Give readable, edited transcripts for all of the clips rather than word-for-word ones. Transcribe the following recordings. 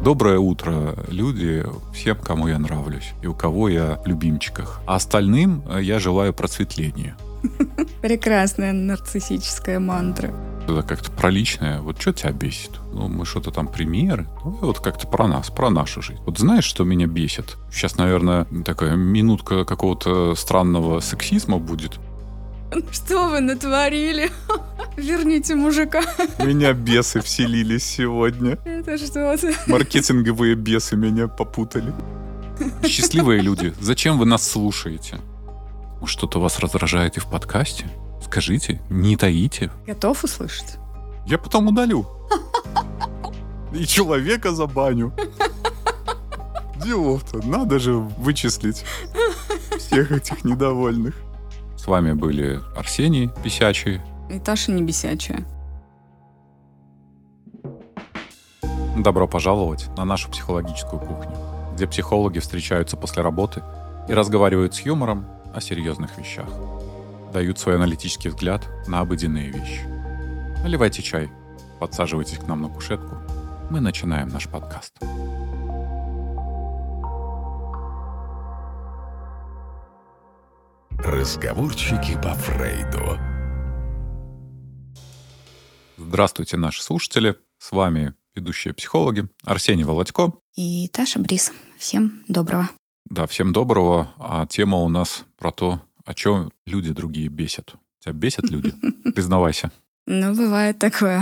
Доброе утро, люди, всем, кому я нравлюсь и у кого я в любимчиках. А остальным я желаю просветления. Прекрасная нарциссическая мантра. Это как-то про личное. Вот что тебя бесит? Ну, мы что-то там примеры. Ну, вот как-то про нас, про нашу жизнь. Вот знаешь, что меня бесит? Сейчас, наверное, такая минутка какого-то странного сексизма будет. Что вы натворили? Верните мужика. Меня бесы вселились сегодня. Это что-то. Маркетинговые бесы меня попутали. Счастливые люди, зачем вы нас слушаете? Что-то вас раздражает и в подкасте? Скажите, не таите. Готов услышать? Я потом удалю. И человека забаню. Делов-то. Надо же вычислить всех этих недовольных. С вами были Арсений Бесячий и Таша Небесячая. Добро пожаловать на нашу психологическую кухню, где психологи встречаются после работы и разговаривают с юмором о серьезных вещах. Дают свой аналитический взгляд на обыденные вещи. Наливайте чай, подсаживайтесь к нам на кушетку. Мы начинаем наш подкаст. Разговорчики по Фрейду. Здравствуйте, наши слушатели. С вами ведущие психологи Арсений Володько и Таша Брис. Всем доброго. Да, всем доброго. А тема у нас про то, о чем люди другие бесят. Тебя бесят люди? Признавайся. Ну, бывает такое.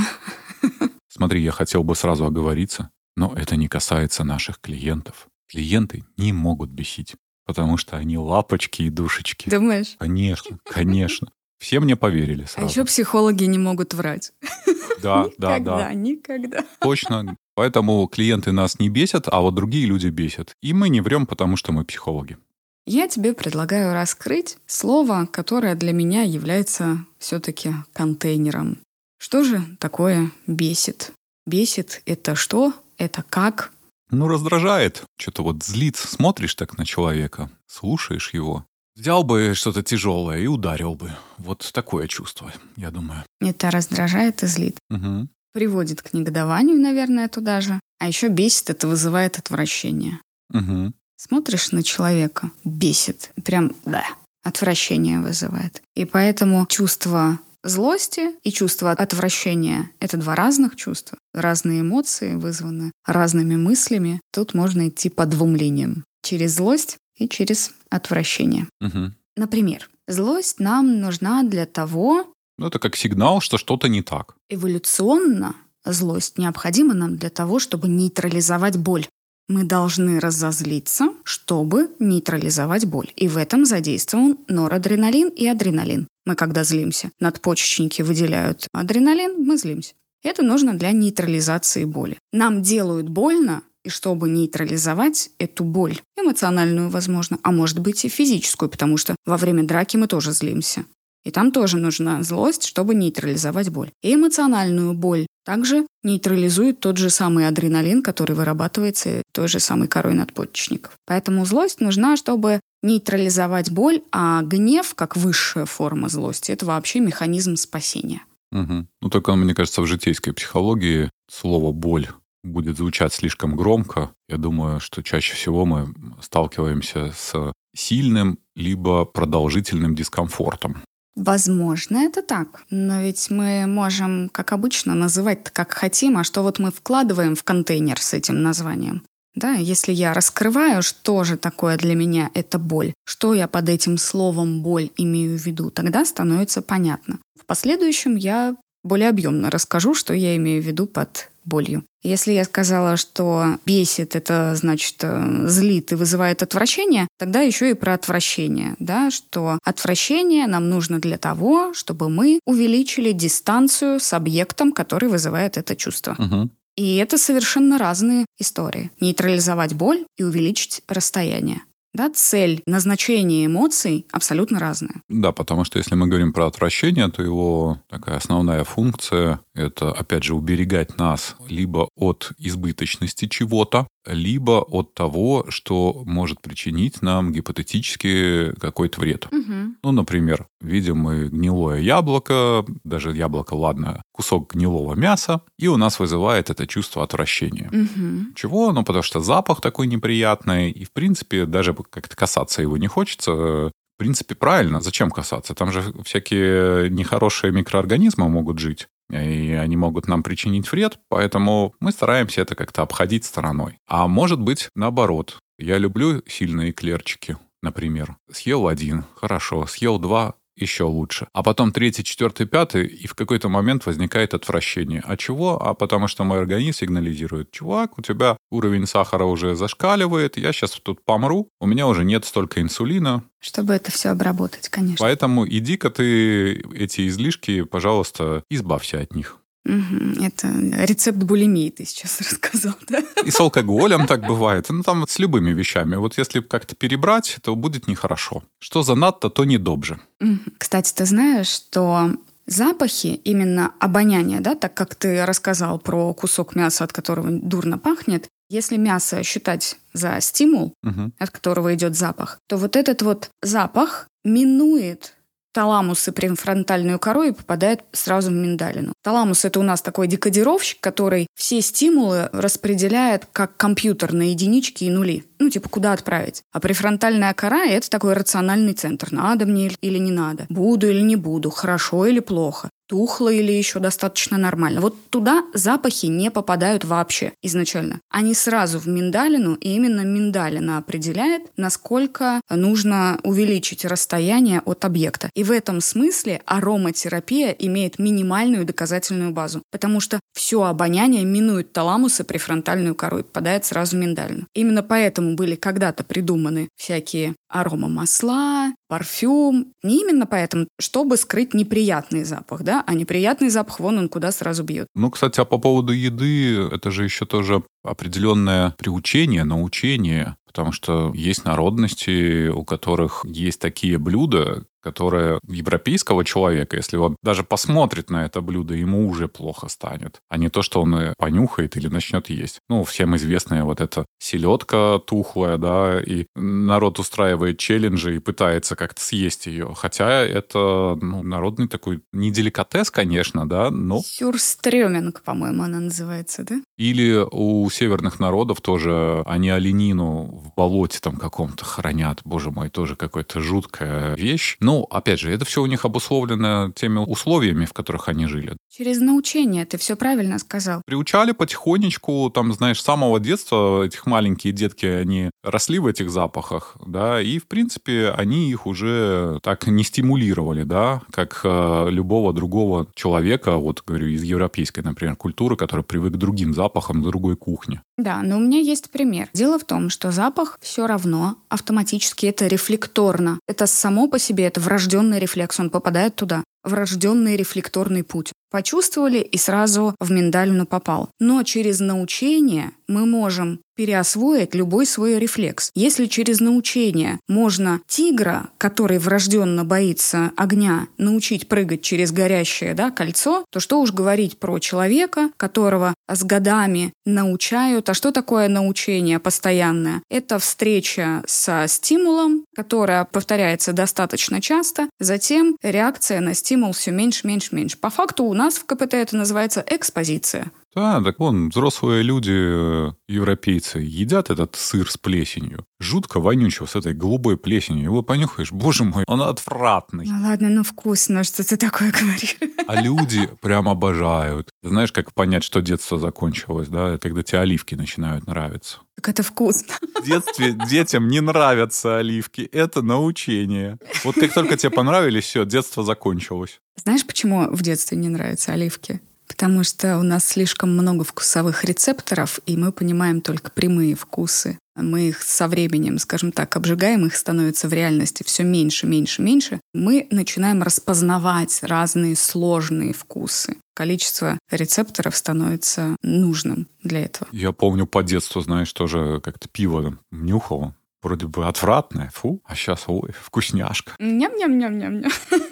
Смотри, я хотел бы сразу оговориться, но это не касается наших клиентов. Клиенты не могут бесить, потому что они лапочки и душечки. Думаешь? Конечно, конечно. Все мне поверили сразу. А еще психологи не могут врать. Да. Никогда. Точно. Поэтому клиенты нас не бесят, а вот другие люди бесят. И мы не врем, потому что мы психологи. Я тебе предлагаю раскрыть слово, которое для меня является все-таки контейнером. Что же такое бесит? Бесит — это что? Это как? Ну, раздражает. Что-то вот злит. Смотришь так на человека, слушаешь его. Взял бы что-то тяжелое и ударил бы. Вот такое чувство, я думаю. Это раздражает и злит. Угу. Приводит к негодованию, наверное, туда же. А еще бесит — это вызывает отвращение. Угу. Смотришь на человека, бесит. Прям, отвращение вызывает. И поэтому чувство злости и чувство отвращения — это два разных чувства. Разные эмоции вызваны разными мыслями. Тут можно идти по двум линиям. Через злость и через отвращение. Угу. Например, злость нам нужна для того... Ну, это как сигнал, что что-то не так. Эволюционно злость необходима нам для того, чтобы нейтрализовать боль. Мы должны разозлиться, чтобы нейтрализовать боль. И в этом задействован норадреналин и адреналин. Мы, когда злимся, надпочечники выделяют адреналин, мы злимся. Это нужно для нейтрализации боли. Нам делают больно, и чтобы нейтрализовать эту боль, эмоциональную, возможно, а может быть и физическую, потому что во время драки мы тоже злимся. И там тоже нужна злость, чтобы нейтрализовать боль. И эмоциональную боль также нейтрализует тот же самый адреналин, который вырабатывается той же самой корой надпочечников. Поэтому злость нужна, чтобы нейтрализовать боль, а гнев, как высшая форма злости, это вообще механизм спасения. Угу. Ну, только, мне кажется, в житейской психологии слово «боль» будет звучать слишком громко. Я думаю, что чаще всего мы сталкиваемся с сильным либо продолжительным дискомфортом. Возможно, это так. Но ведь мы можем, как обычно, называть как хотим, а что вот мы вкладываем в контейнер с этим названием. Да, если я раскрываю, что же такое для меня эта боль, что я под этим словом «боль» имею в виду, тогда становится понятно. В последующем я более объемно расскажу, что я имею в виду под болью. Если я сказала, что бесит, это значит злит и вызывает отвращение, тогда еще и про отвращение, да, что отвращение нам нужно для того, чтобы мы увеличили дистанцию с объектом, который вызывает это чувство. Угу. И это совершенно разные истории. Нейтрализовать боль и увеличить расстояние. Да, цель, назначение эмоций абсолютно разное. Да, потому что если мы говорим про отвращение, то его такая основная функция — это, опять же, уберегать нас либо от избыточности чего-то, либо от того, что может причинить нам гипотетически какой-то вред. Ну, например, видим мы гнилое яблоко, даже яблоко, ладно, кусок гнилого мяса, и у нас вызывает это чувство отвращения. Чего? Ну, потому что запах такой неприятный, и, в принципе, даже как-то касаться его не хочется. В принципе, правильно. Зачем касаться? Там же всякие нехорошие микроорганизмы могут жить, и они могут нам причинить вред, поэтому мы стараемся это как-то обходить стороной. А может быть, наоборот. Я люблю сильные эклерчики, например. Съел один, хорошо. Съел два, еще лучше. А потом третий, четвертый, пятый, и в какой-то момент возникает отвращение. А чего? А потому что мой организм сигнализирует: чувак, у тебя уровень сахара уже зашкаливает, я сейчас тут помру, у меня уже нет столько инсулина. Чтобы это все обработать, конечно. Поэтому иди-ка ты эти излишки, пожалуйста, избавься от них. Это рецепт булимии ты сейчас рассказал, да? И с алкоголем так бывает. Ну, там с любыми вещами. Вот если как-то перебрать, то будет нехорошо. Что занадто, то недобре. Кстати, ты знаешь, что запахи, именно обоняние, да, так как ты рассказал про кусок мяса, от которого дурно пахнет, если мясо считать за стимул, от которого идет запах, то вот этот вот запах минует таламус и префронтальную кору и попадает сразу в миндалину. Таламус — это у нас такой декодировщик, который все стимулы распределяет как компьютер на единички и нули. Ну, типа, куда отправить. А префронтальная кора — это такой рациональный центр. Надо мне или не надо. Буду или не буду. Хорошо или плохо. Тухло или еще достаточно нормально. Вот туда запахи не попадают вообще изначально. Они сразу в миндалину, и именно миндалина определяет, насколько нужно увеличить расстояние от объекта. И в этом смысле ароматерапия имеет минимальную доказательную базу, потому что все обоняние минует таламус и префронтальную кору и попадает сразу в миндалину. Именно поэтому были когда-то придуманы всякие аромамасла, парфюм. Не именно поэтому, чтобы скрыть неприятный запах, да? А неприятный запах, вон он куда сразу бьет. Ну, кстати, а по поводу еды, это же еще тоже определенное приучение, научение, потому что есть народности, у которых есть такие блюда, которые европейского человека, если он даже посмотрит на это блюдо, ему уже плохо станет. А не то, что он понюхает или начнет есть. Ну, всем известная вот эта селедка тухлая, да, и народ устраивает челленджи и пытается как-то съесть ее. Хотя это, ну, народный такой, не деликатес, конечно, да, но... Сюрстрёминг, по-моему, она называется, да? Или у северных народов тоже они оленину в болоте там каком-то хранят. Боже мой, тоже какая-то жуткая вещь. Ну, опять же, это все у них обусловлено теми условиями, в которых они жили. Через научение, ты все правильно сказал. Приучали потихонечку, там, знаешь, с самого детства этих маленькие детки, они росли в этих запахах, да, и, в принципе, они их уже так не стимулировали, да, как любого другого человека, вот, говорю, из европейской, например, культуры, который привык к другим запахам, к другой кухне. Да, но у меня есть пример. Дело в том, что запах все равно автоматически это рефлекторно. Это само по себе, это врожденный рефлекс, он попадает туда. Врожденный рефлекторный путь. Почувствовали и сразу в миндалину попал. Но через научение мы можем переосвоить любой свой рефлекс. Если через научение можно тигра, который врожденно боится огня, научить прыгать через горящее, да, кольцо, то что уж говорить про человека, которого с годами научают. А что такое научение постоянное? Это встреча со стимулом, которая повторяется достаточно часто, затем реакция на стимул все меньше, меньше, меньше. По факту у нас в КПТ это называется экспозиция. Да, так вон, взрослые люди, европейцы, едят этот сыр с плесенью. Жутко вонючего, с этой голубой плесенью. Его понюхаешь, боже мой, он отвратный. Ну ладно, ну вкусно, что ты такое говоришь. А люди прям обожают. Знаешь, как понять, что детство закончилось, да? Это когда тебе оливки начинают нравиться. Так это вкусно. В детстве детям не нравятся оливки. Это научение. Вот как только тебе понравились, все, детство закончилось. Знаешь, почему в детстве не нравятся оливки? Потому что у нас слишком много вкусовых рецепторов, и мы понимаем только прямые вкусы. Мы их со временем, скажем так, обжигаем, их становится в реальности все меньше, меньше, меньше. Мы начинаем распознавать разные сложные вкусы. Количество рецепторов становится нужным для этого. Я помню по детству, знаешь, тоже как-то пиво нюхал. вроде бы отвратное, фу, а сейчас, ой, вкусняшка. Ням-ням-ням-ням-ням.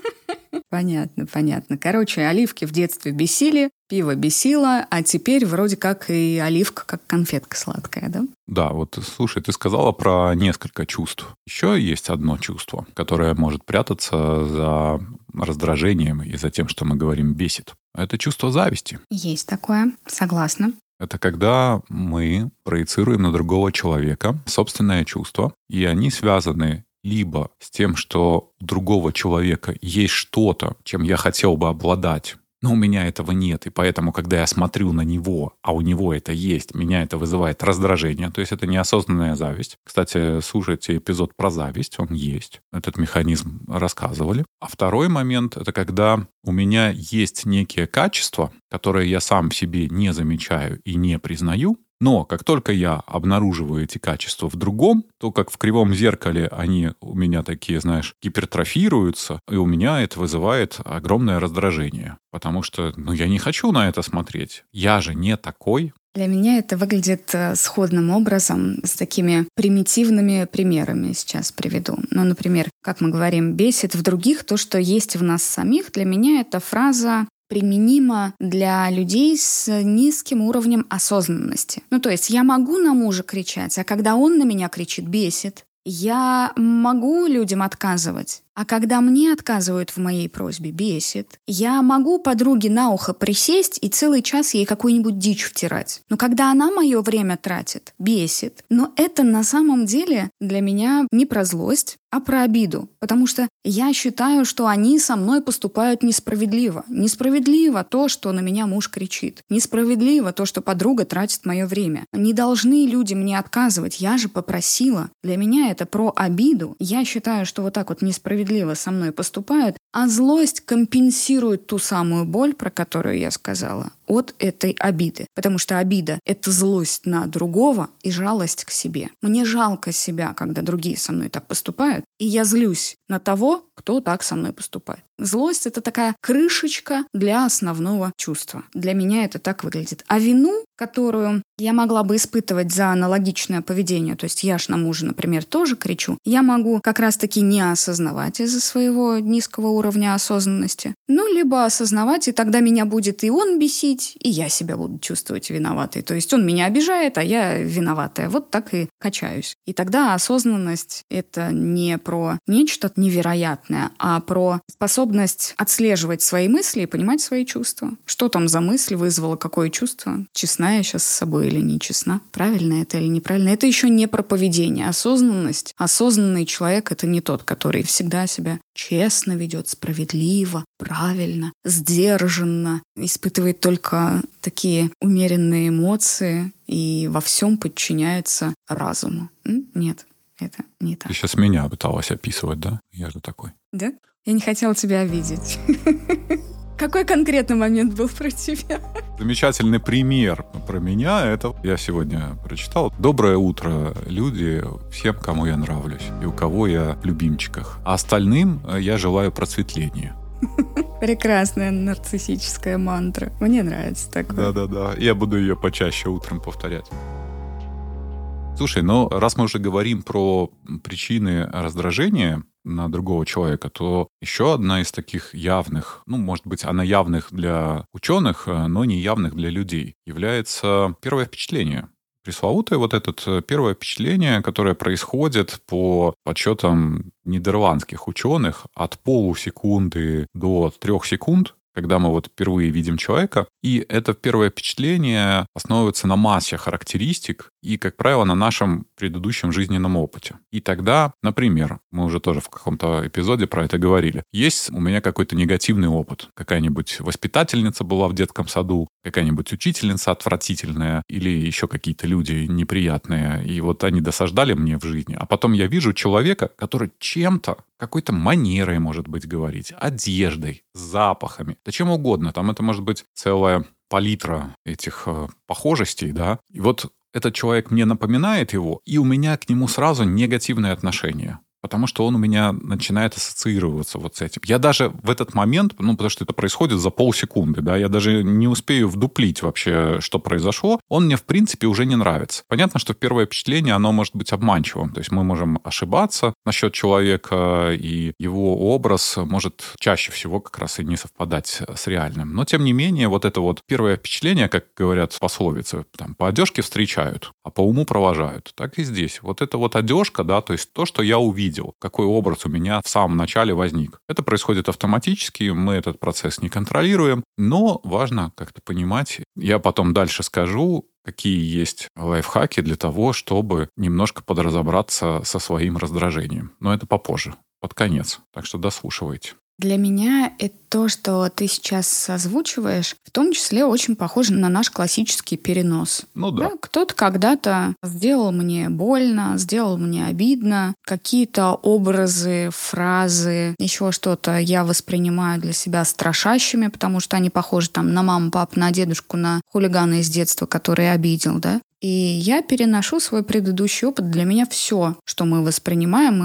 Понятно, понятно. Короче, оливки в детстве бесили, пиво бесило, а теперь вроде как и оливка, как конфетка сладкая, да? Да, вот слушай, ты сказала про несколько чувств. Еще есть одно чувство, которое может прятаться за раздражением и за тем, что мы говорим бесит. Это чувство зависти. Есть такое, согласна. Это когда мы проецируем на другого человека собственное чувство, и они связаны либо с тем, что у другого человека есть что-то, чем я хотел бы обладать, но у меня этого нет, и поэтому, когда я смотрю на него, а у него это есть, меня это вызывает раздражение, то есть это неосознанная зависть. Кстати, слушайте эпизод про зависть, он есть, этот механизм рассказывали. А второй момент — это когда у меня есть некие качества, которые я сам в себе не замечаю и не признаю, но как только я обнаруживаю эти качества в другом, то как в кривом зеркале они у меня такие, знаешь, гипертрофируются, и у меня это вызывает огромное раздражение. Потому что, я не хочу на это смотреть. Я же не такой. Для меня это выглядит сходным образом с такими примитивными примерами сейчас приведу. Например, как мы говорим, бесит в других то, что есть в нас самих. Для меня эта фраза применима для людей с низким уровнем осознанности. То есть я могу на мужа кричать, а когда он на меня кричит, бесит. Я могу людям отказывать, а когда мне отказывают в моей просьбе, бесит. Я могу подруге на ухо присесть и целый час ей какую-нибудь дичь втирать. Но когда она мое время тратит, бесит. Но это на самом деле для меня не про злость, а про обиду. Потому что я считаю, что они со мной поступают несправедливо. Несправедливо то, что на меня муж кричит. Несправедливо то, что подруга тратит мое время. Не должны люди мне отказывать. Я же попросила. Для меня это про обиду. Я считаю, что вот так вот несправедливо со мной поступают, а злость компенсирует ту самую боль, про которую я сказала, от этой обиды. Потому что обида — это злость на другого и жалость к себе. Мне жалко себя, когда другие со мной так поступают, и я злюсь на того, кто так со мной поступает. Злость — это такая крышечка для основного чувства. Для меня это так выглядит. А вину, которую я могла бы испытывать за аналогичное поведение, то есть я ж на мужа, например, тоже кричу, я могу как раз-таки не осознавать из-за своего низкого уровня осознанности, либо осознавать, и тогда меня будет и он бесить, и я себя буду чувствовать виноватой. То есть он меня обижает, а я виноватая. Вот так и качаюсь. И тогда осознанность — это не про нечто невероятное, а про способность отслеживать свои мысли и понимать свои чувства. Что там за мысль вызвала, какое чувство? Честна я сейчас с собой или не честна? Правильно это или неправильно? Это еще не про поведение. Осознанность. Осознанный человек — это не тот, который всегда себя честно ведет, справедливо, правильно, сдержанно, испытывает только такие умеренные эмоции и во всем подчиняется разуму. Нет, это не так. Ты сейчас меня пыталась описывать, да? Я же такой. Да? Я не хотела тебя обидеть. Какой конкретный момент был про тебя? Замечательный пример про меня — это я сегодня прочитал. Доброе утро, люди, всем, кому я нравлюсь и у кого я в любимчиках. А остальным я желаю просветления. Прекрасная нарциссическая мантра. Мне нравится такое. Да-да-да. Я буду ее почаще утром повторять. Слушай, раз мы уже говорим про причины раздражения на другого человека, то еще одна из таких явных, может быть, она явных для ученых, но не явных для людей, является первое впечатление. Пресловутое вот это первое впечатление, которое происходит по подсчетам нидерландских ученых от полусекунды до 3 секунд, когда мы впервые видим человека, и это первое впечатление основывается на массе характеристик и, как правило, на нашем предыдущем жизненном опыте. И тогда, например, мы уже тоже в каком-то эпизоде про это говорили, есть у меня какой-то негативный опыт. Какая-нибудь воспитательница была в детском саду, какая-нибудь учительница отвратительная или еще какие-то люди неприятные, и они досаждали мне в жизни. А потом я вижу человека, который чем-то, какой-то манерой, может быть, говорить, одеждой, запахами, да чем угодно. Там это может быть целая палитра этих похожестей, да. И этот человек мне напоминает его, и у меня к нему сразу негативное отношение. Потому что он у меня начинает ассоциироваться вот с этим. Я даже в этот момент, потому что это происходит за полсекунды, да, я даже не успею вдуплить вообще, что произошло, он мне, в принципе, уже не нравится. Понятно, что первое впечатление, оно может быть обманчивым. То есть мы можем ошибаться насчет человека, и его образ может чаще всего как раз и не совпадать с реальным. Но, тем не менее, вот это вот первое впечатление, как говорят в пословице, там, по одежке встречают, а по уму провожают. Так и здесь. Вот это вот одежка, да, то есть то, что я увидел, какой образ у меня в самом начале возник. Это происходит автоматически, мы этот процесс не контролируем, но важно как-то понимать. Я потом дальше скажу, какие есть лайфхаки для того, чтобы немножко подразобраться со своим раздражением. Но это попозже, под конец. Так что дослушивайте. Для меня это то, что ты сейчас озвучиваешь, в том числе очень похоже на наш классический перенос. Ну да. Кто-то когда-то сделал мне больно, сделал мне обидно. Какие-то образы, фразы, еще что-то я воспринимаю для себя страшащими, потому что они похожи там на маму, папу, на дедушку, на хулигана из детства, который обидел, да? И я переношу свой предыдущий опыт. Для меня все, что мы воспринимаем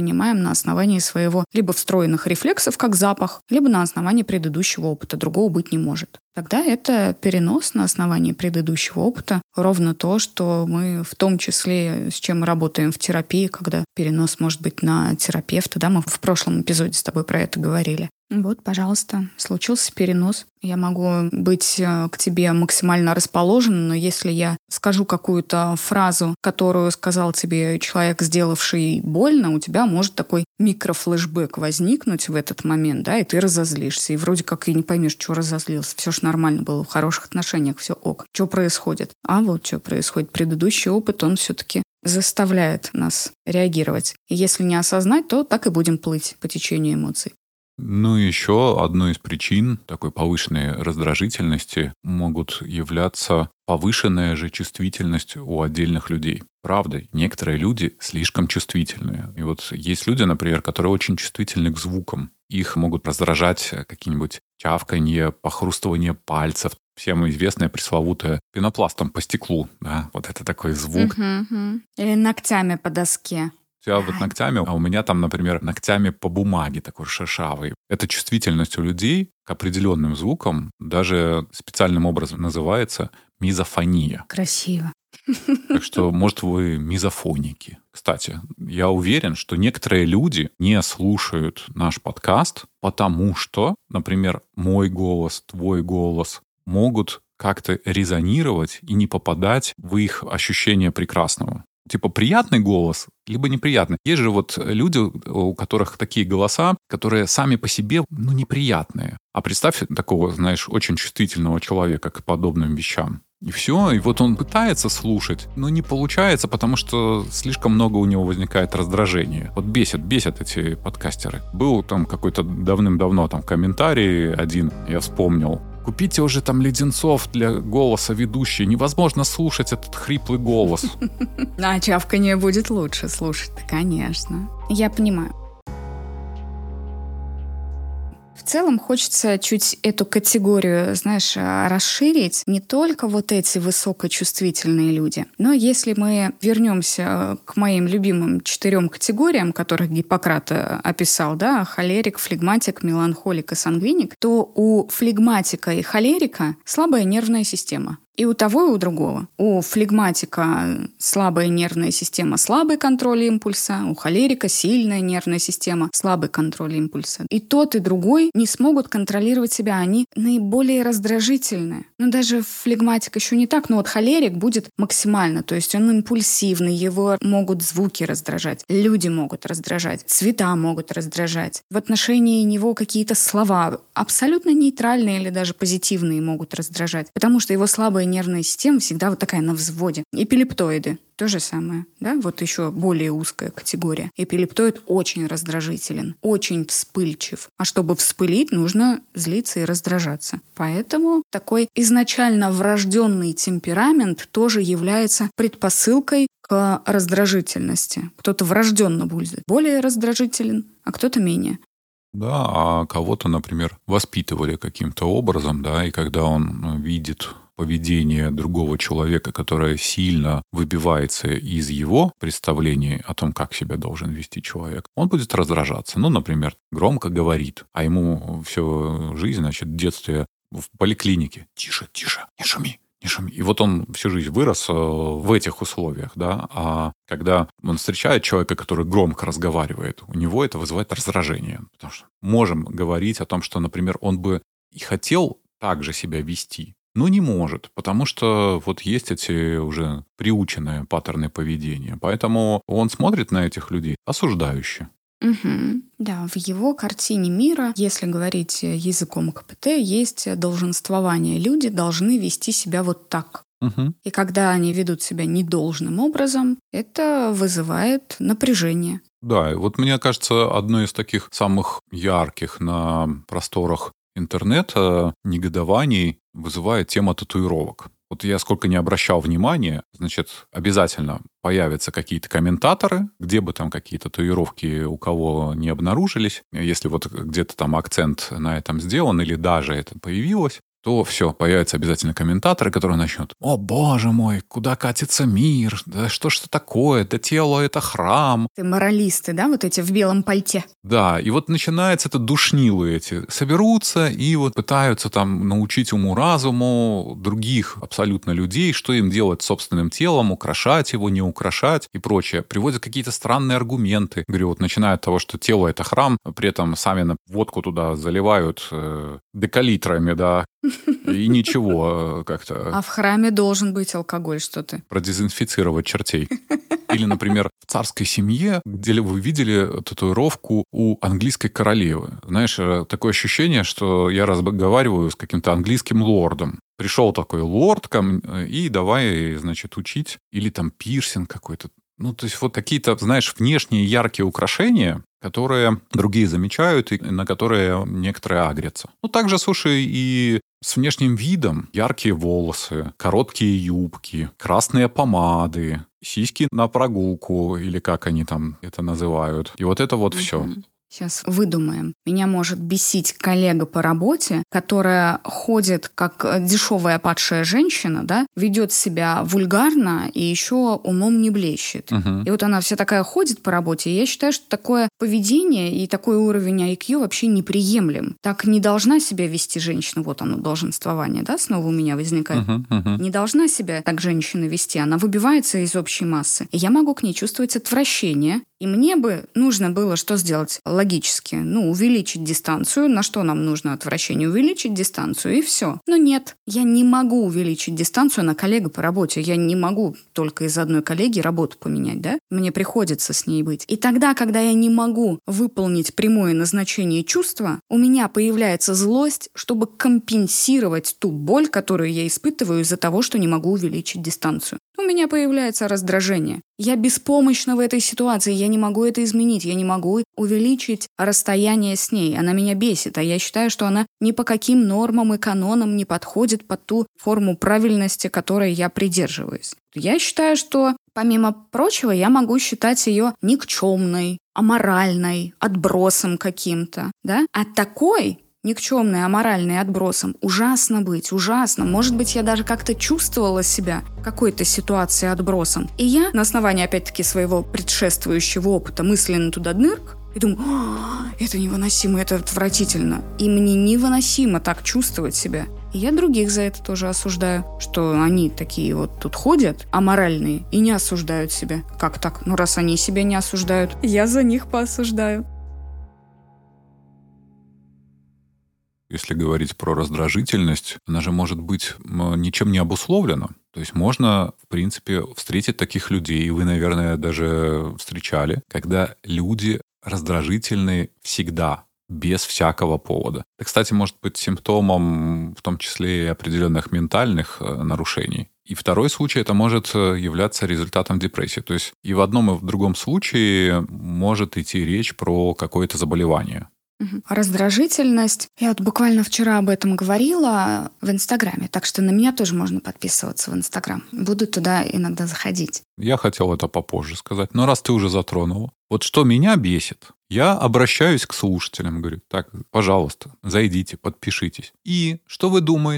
на основании своего либо встроенных рефлексов, как запах, либо на основании предыдущего опыта. Другого быть не может. Тогда это перенос на основании предыдущего опыта. Ровно то, что мы в том числе, с чем мы работаем в терапии, когда перенос может быть на терапевта. Да, мы в прошлом эпизоде с тобой про это говорили. Вот, пожалуйста, случился перенос. Я могу быть к тебе максимально расположен, но если я скажу какую-то фразу, которую сказал тебе человек, сделавший больно, у тебя может такой микрофлешбэк возникнуть в этот момент, да, и ты разозлишься. И вроде как и не поймешь, что разозлился. Все ж нормально было, в хороших отношениях, все ок. Что происходит? А вот что происходит. Предыдущий опыт, он все-таки заставляет нас реагировать. И если не осознать, то так и будем плыть по течению эмоций. Ну, еще одной из причин такой повышенной раздражительности могут являться повышенная же чувствительность у отдельных людей. Правда, некоторые люди слишком чувствительные. И вот есть люди, например, которые очень чувствительны к звукам. Их могут раздражать какие-нибудь чавканье, похрустывание пальцев. Всем известное пресловутое пенопластом по стеклу. Да? Вот это такой звук. Или ногтями по доске. У тебя вот ногтями, а у меня там, например, ногтями по бумаге такой шершавый. Эта чувствительность у людей к определенным звукам даже специальным образом называется мизофония. Красиво. Так что, может, вы мизофоники. Кстати, я уверен, что некоторые люди не слушают наш подкаст, потому что, например, мой голос, твой голос могут как-то резонировать и не попадать в их ощущение прекрасного. Типа приятный голос, либо неприятный. Есть же вот люди, у которых такие голоса, которые сами по себе, неприятные. А представь такого, знаешь, очень чувствительного человека к подобным вещам. И все, и вот он пытается слушать, но не получается, потому что слишком много у него возникает раздражения. Вот бесят эти подкастеры. Был там какой-то давным-давно там комментарий один, я вспомнил. Купите уже там леденцов для голоса ведущей. Невозможно слушать этот хриплый голос. А чавканье будет лучше слушать-то, конечно. Я понимаю. В целом хочется чуть эту категорию, знаешь, расширить. Не только вот эти высокочувствительные люди, но если мы вернемся к моим любимым 4 категориям, которых Гиппократ описал, да, холерик, флегматик, меланхолик и сангвиник, то у флегматика и холерика слабая нервная система. И у того, и у другого. У флегматика слабая нервная система, слабый контроль импульса. У холерика сильная нервная система, слабый контроль импульса. И тот, и другой не смогут контролировать себя. Они наиболее раздражительны. Даже флегматик еще не так, но вот холерик будет максимально. То есть он импульсивный, его могут звуки раздражать, люди могут раздражать, цвета могут раздражать. В отношении него какие-то слова абсолютно нейтральные или даже позитивные могут раздражать. Потому что его слабая нервная система всегда вот такая на взводе. Эпилептоиды. То же самое, да? Вот еще более узкая категория. Эпилептоид очень раздражителен, очень вспыльчив. А чтобы вспылить, нужно злиться и раздражаться. Поэтому такой изначально врожденный темперамент тоже является предпосылкой к раздражительности. Кто-то врожденно будет более раздражителен, а кто-то менее. Да, а кого-то, например, воспитывали каким-то образом, да, и когда он видит поведение другого человека, которое сильно выбивается из его представлений о том, как себя должен вести человек, он будет раздражаться. Ну, например, громко говорит, а ему всю жизнь, значит, в детстве в поликлинике. Тише, тише, не шуми. Не шуми. И вот он всю жизнь вырос в этих условиях, да, а когда он встречает человека, который громко разговаривает, у него это вызывает раздражение. Потому что можем говорить о том, что, например, он бы и хотел так же себя вести, но не может, потому что вот есть эти уже приученные паттерны поведения. Поэтому он смотрит на этих людей осуждающе. Мгм. Да, в его картине мира, если говорить языком КПТ, есть долженствование. Люди должны вести себя вот так. Мгм. И когда они ведут себя недолжным образом, это вызывает напряжение. Да, и вот мне кажется, одно из таких самых ярких на просторах интернета негодований вызывает тема татуировок. Вот я сколько не обращал внимания, значит, обязательно появятся какие-то комментаторы, где бы там какие-то татуировки у кого не обнаружились. Если вот где-то там акцент на этом сделан или даже это появилось, то все, появятся обязательно комментаторы, которые начнут: «О, боже мой, куда катится мир? Да что ж это такое? Да тело — это храм». Ты моралисты, да, вот эти в белом пальте? Да, и вот начинается это душнилы эти. Соберутся и вот пытаются там научить уму-разуму других абсолютно людей, что им делать с собственным телом, украшать его, не украшать и прочее. Приводят какие-то странные аргументы. Говорю, вот начиная от того, что тело — это храм, при этом сами водку туда заливают декалитрами, да, и ничего как-то. А в храме должен быть алкоголь, что ты? Продезинфицировать чертей. Или, например, в царской семье, где вы видели татуировку у английской королевы. Знаешь, такое ощущение, что я разговариваю с каким-то английским лордом. Пришел такой лорд ко мне и давай, значит, учить. Или там пирсинг какой-то. Ну, то есть вот какие-то, знаешь, внешние яркие украшения, которые другие замечают и на которые некоторые агрятся. Ну, также, слушай, и с внешним видом: яркие волосы, короткие юбки, красные помады, сиськи на прогулку, или как они там это называют. И вот это вот все. Сейчас выдумаем. Меня может бесить коллега по работе, которая ходит как дешевая падшая женщина, да, ведет себя вульгарно и еще умом не блещет. И вот она вся такая ходит по работе, и я считаю, что такое поведение и такой уровень IQ вообще неприемлем. Так не должна себя вести женщина. Вот оно, долженствование, да, снова у меня возникает. Не должна себя так женщина вести. Она выбивается из общей массы. И я могу к ней чувствовать отвращение. И мне бы нужно было что сделать логически? Ну, увеличить дистанцию. На что нам нужно отвращение? Увеличить дистанцию, и все. Но нет, я не могу увеличить дистанцию на коллегу по работе. Я не могу только из одной коллеги работу поменять, да? Мне приходится с ней быть. И тогда, когда я не могу выполнить прямое назначение чувства, у меня появляется злость, чтобы компенсировать ту боль, которую я испытываю из-за того, что не могу увеличить дистанцию. У меня появляется раздражение. Я беспомощна в этой ситуации, я не могу это изменить, я не могу увеличить расстояние с ней. Она меня бесит, а я считаю, что она ни по каким нормам и канонам не подходит под ту форму правильности, которой я придерживаюсь. Я считаю, что, помимо прочего, я могу считать ее никчемной, аморальной, отбросом каким-то, да? А такой никчемный, аморальный, отбросом ужасно быть, ужасно. Может быть, я даже как-то чувствовала себя в какой-то ситуации отбросом. И я на основании, опять-таки, своего предшествующего опыта мысленно туда днырк и думаю: это невыносимо, это отвратительно. И мне невыносимо так чувствовать себя. И я других за это тоже осуждаю, что они такие вот тут ходят, аморальные, и не осуждают себя. Как так? Ну, раз они себя не осуждают, я за них поосуждаю. Если говорить про раздражительность, она же может быть ничем не обусловлена. То есть можно, в принципе, встретить таких людей, и вы, наверное, даже встречали, когда люди раздражительны всегда, без всякого повода. Это, кстати, может быть симптомом, в том числе и определенных ментальных нарушений. И второй случай, это может являться результатом депрессии. То есть и в одном, и в другом случае может идти речь про какое-то заболевание. Раздражительность. Я вот буквально вчера об этом говорила в Инстаграме, так что на меня тоже можно подписываться в Инстаграм. Буду туда иногда заходить. Я хотел это попозже сказать, но раз ты уже затронула. Вот что меня бесит, я обращаюсь к слушателям, говорю: так, пожалуйста, зайдите, подпишитесь. И что вы думаете?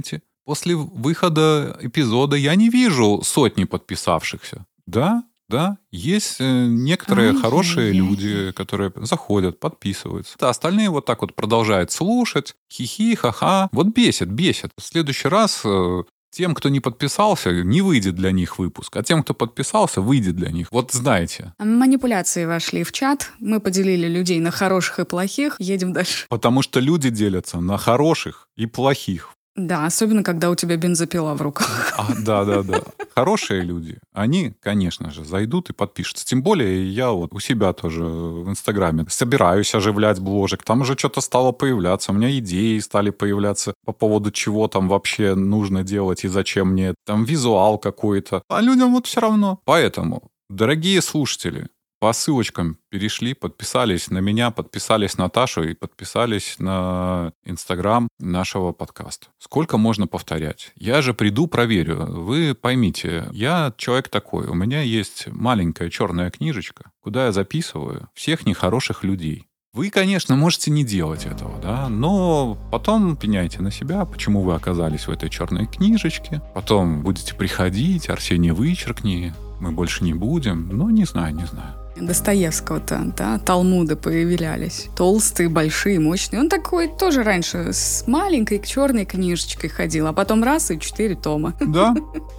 После выхода эпизода я не вижу сотни подписавшихся. Да, есть некоторые хорошие люди, которые заходят, подписываются. Да, остальные вот так вот продолжают слушать. Хихи, ха-ха. Вот бесит. В следующий раз тем, кто не подписался, не выйдет для них выпуск. А тем, кто подписался, выйдет для них. Вот знаете. Манипуляции вошли в чат. Мы поделили людей на хороших и плохих. Едем дальше. Потому что люди делятся на хороших и плохих. Да, особенно, когда у тебя бензопила в руках. Да. Хорошие люди, они, конечно же, зайдут и подпишутся. Тем более я вот у себя тоже в Инстаграме собираюсь оживлять бложек. Там уже что-то стало появляться. У меня идеи стали появляться по поводу чего там вообще нужно делать и зачем мне. Там визуал какой-то. А людям вот все равно. Поэтому, дорогие слушатели, по ссылочкам перешли, подписались на меня, подписались на Ташу и подписались на Инстаграм нашего подкаста. Сколько можно повторять? Я же приду, проверю. Вы поймите, я человек такой. У меня есть маленькая черная книжечка, куда я записываю всех нехороших людей. Вы, конечно, можете не делать этого, да, но потом пеняйте на себя, почему вы оказались в этой черной книжечке. Потом будете приходить, Арсений, вычеркни, мы больше не будем. Ну, не знаю. Достоевского-то, да, талмуды появлялись. Толстые, большие, мощные. Он такой тоже раньше с маленькой черной книжечкой ходил, а потом раз и 4 тома. Да.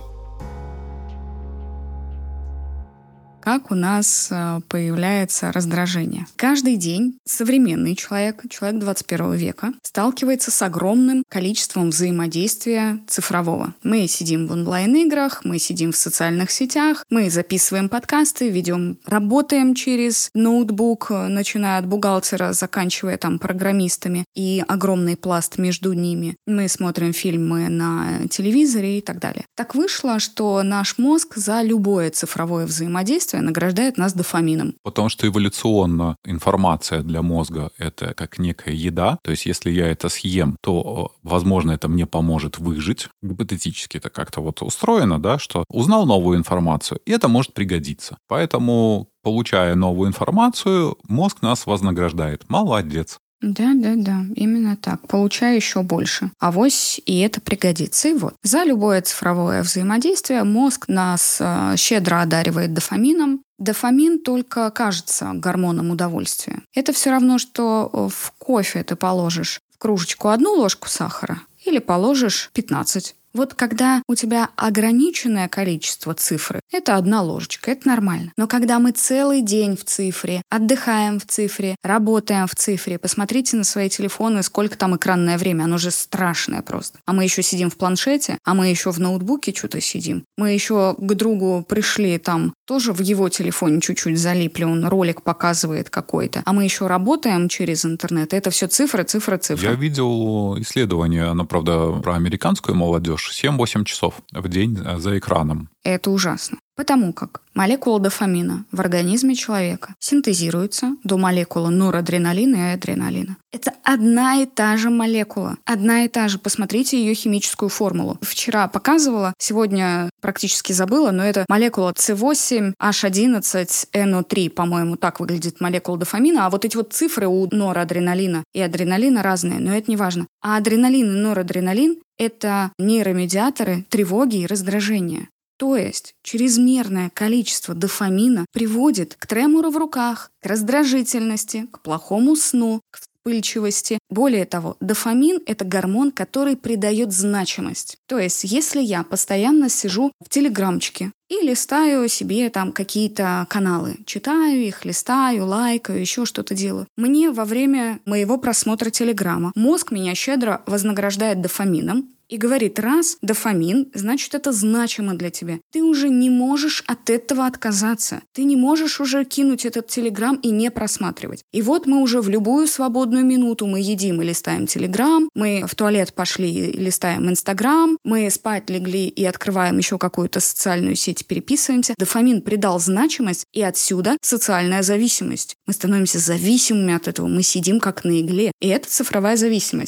Как у нас появляется раздражение? Каждый день современный человек 21 века, сталкивается с огромным количеством взаимодействия цифрового. Мы сидим в онлайн-играх, мы сидим в социальных сетях, мы записываем подкасты, работаем через ноутбук, начиная от бухгалтера, заканчивая там программистами, и огромный пласт между ними. Мы смотрим фильмы на телевизоре и так далее. Так вышло, что наш мозг за любое цифровое взаимодействие награждает нас дофамином. Потому что эволюционно информация для мозга — это как некая еда. То есть если я это съем, то, возможно, это мне поможет выжить. Гипотетически это как-то вот устроено, да, что узнал новую информацию, и это может пригодиться. Поэтому, получая новую информацию, мозг нас вознаграждает. Молодец. Да, именно так. Получаю еще больше. Авось и это пригодится. И вот, за любое цифровое взаимодействие мозг нас щедро одаривает дофамином. Дофамин только кажется гормоном удовольствия. Это все равно, что в кофе ты положишь в кружечку 1 ложку сахара или положишь 15. Вот когда у тебя ограниченное количество цифры, это 1 ложечка, это нормально. Но когда мы целый день в цифре, отдыхаем в цифре, работаем в цифре, посмотрите на свои телефоны, сколько там экранное время, оно же страшное просто. А мы еще сидим в планшете, а мы еще в ноутбуке что-то сидим. Мы еще к другу пришли, там тоже в его телефоне чуть-чуть залипли, он ролик показывает какой-то. А мы еще работаем через интернет. Это все цифры. Я видел исследование, оно, правда, про американскую молодежь. 7-8 часов в день за экраном. Это ужасно. Потому как молекула дофамина в организме человека синтезируется до молекулы норадреналина и адреналина. Это одна и та же молекула. Одна и та же. Посмотрите ее химическую формулу. Вчера показывала, сегодня практически забыла, но это молекула C8H11NO3, по-моему, так выглядит молекула дофамина. А вот эти вот цифры у норадреналина и адреналина разные, но это не важно. А адреналин и норадреналин — это нейромедиаторы тревоги и раздражения. То есть чрезмерное количество дофамина приводит к тремору в руках, к раздражительности, к плохому сну, к вспыльчивости. Более того, дофамин — это гормон, который придает значимость. То есть если я постоянно сижу в телеграмчике и листаю себе там какие-то каналы, читаю их, листаю, лайкаю, еще что-то делаю, мне во время моего просмотра телеграма мозг меня щедро вознаграждает дофамином, и говорит, раз дофамин, значит, это значимо для тебя. Ты уже не можешь от этого отказаться. Ты не можешь уже кинуть этот телеграм и не просматривать. И вот мы уже в любую свободную минуту мы едим и листаем телеграм, мы в туалет пошли и листаем инстаграм, мы спать легли и открываем еще какую-то социальную сеть, переписываемся. Дофамин придал значимость, и отсюда социальная зависимость. Мы становимся зависимыми от этого, мы сидим как на игле. И это цифровая зависимость.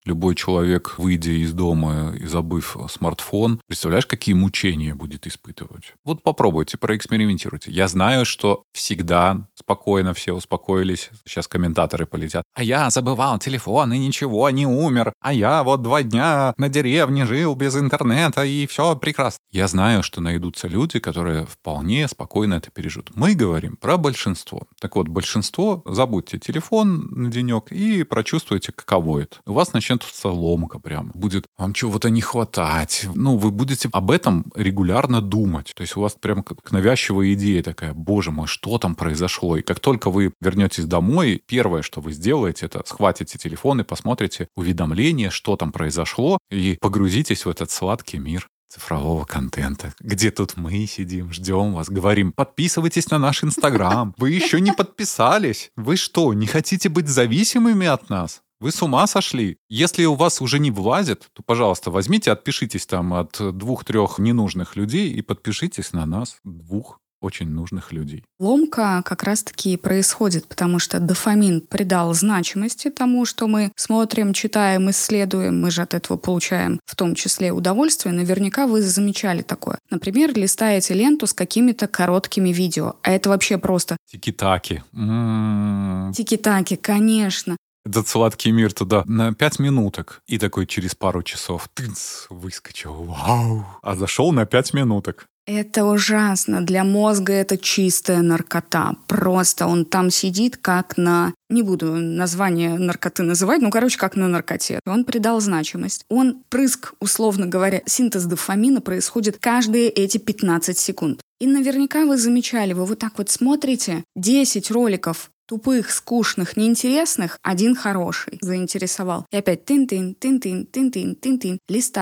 любой человек, выйдя из дома и забыв смартфон, представляешь, какие мучения будет испытывать? Вот попробуйте, проэкспериментируйте. Я знаю, что всегда спокойно все успокоились. Сейчас комментаторы полетят. А я забывал телефон и ничего, не умер. А я вот 2 дня на деревне жил без интернета и все прекрасно. Я знаю, что найдутся люди, которые вполне спокойно это переживут. Мы говорим про большинство. Так вот, большинство, забудьте телефон на денек и прочувствуйте, каково это. У вас начнется ломка прям. Будет вам чего-то не хватать. Вы будете об этом регулярно думать. То есть у вас прям как навязчивая идея такая: боже мой, что там произошло? И как только вы вернетесь домой, первое, что вы сделаете, это схватите телефон и посмотрите уведомления, что там произошло, и погрузитесь в этот сладкий мир цифрового контента, где тут мы сидим, ждем вас, говорим: подписывайтесь на наш Инстаграм. Вы еще не подписались? Вы что, не хотите быть зависимыми от нас? Вы с ума сошли? Если у вас уже не влазит, то, пожалуйста, возьмите, отпишитесь там от 2-3 ненужных людей и подпишитесь на нас, 2 очень нужных людей. Ломка как раз-таки и происходит, потому что дофамин придал значимости тому, что мы смотрим, читаем, исследуем. Мы же от этого получаем в том числе удовольствие. Наверняка вы замечали такое. Например, листаете ленту с какими-то короткими видео. А это вообще просто... Тики-таки. Тики-таки, конечно. Этот сладкий мир туда на 5 минуток. И такой через пару часов выскочил. Вау! А зашел на 5 минуток. Это ужасно. Для мозга это чистая наркота. Просто он там сидит как на... Не буду название наркоты называть, как на наркоте. Он придал значимость. Прыск, условно говоря, синтез дофамина происходит каждые эти 15 секунд. И наверняка вы замечали, вы вот так вот смотрите 10 роликов тупых, скучных, неинтересных, один хороший заинтересовал. И опять тын-тын, тын-тын, тын-тын, тын-тын.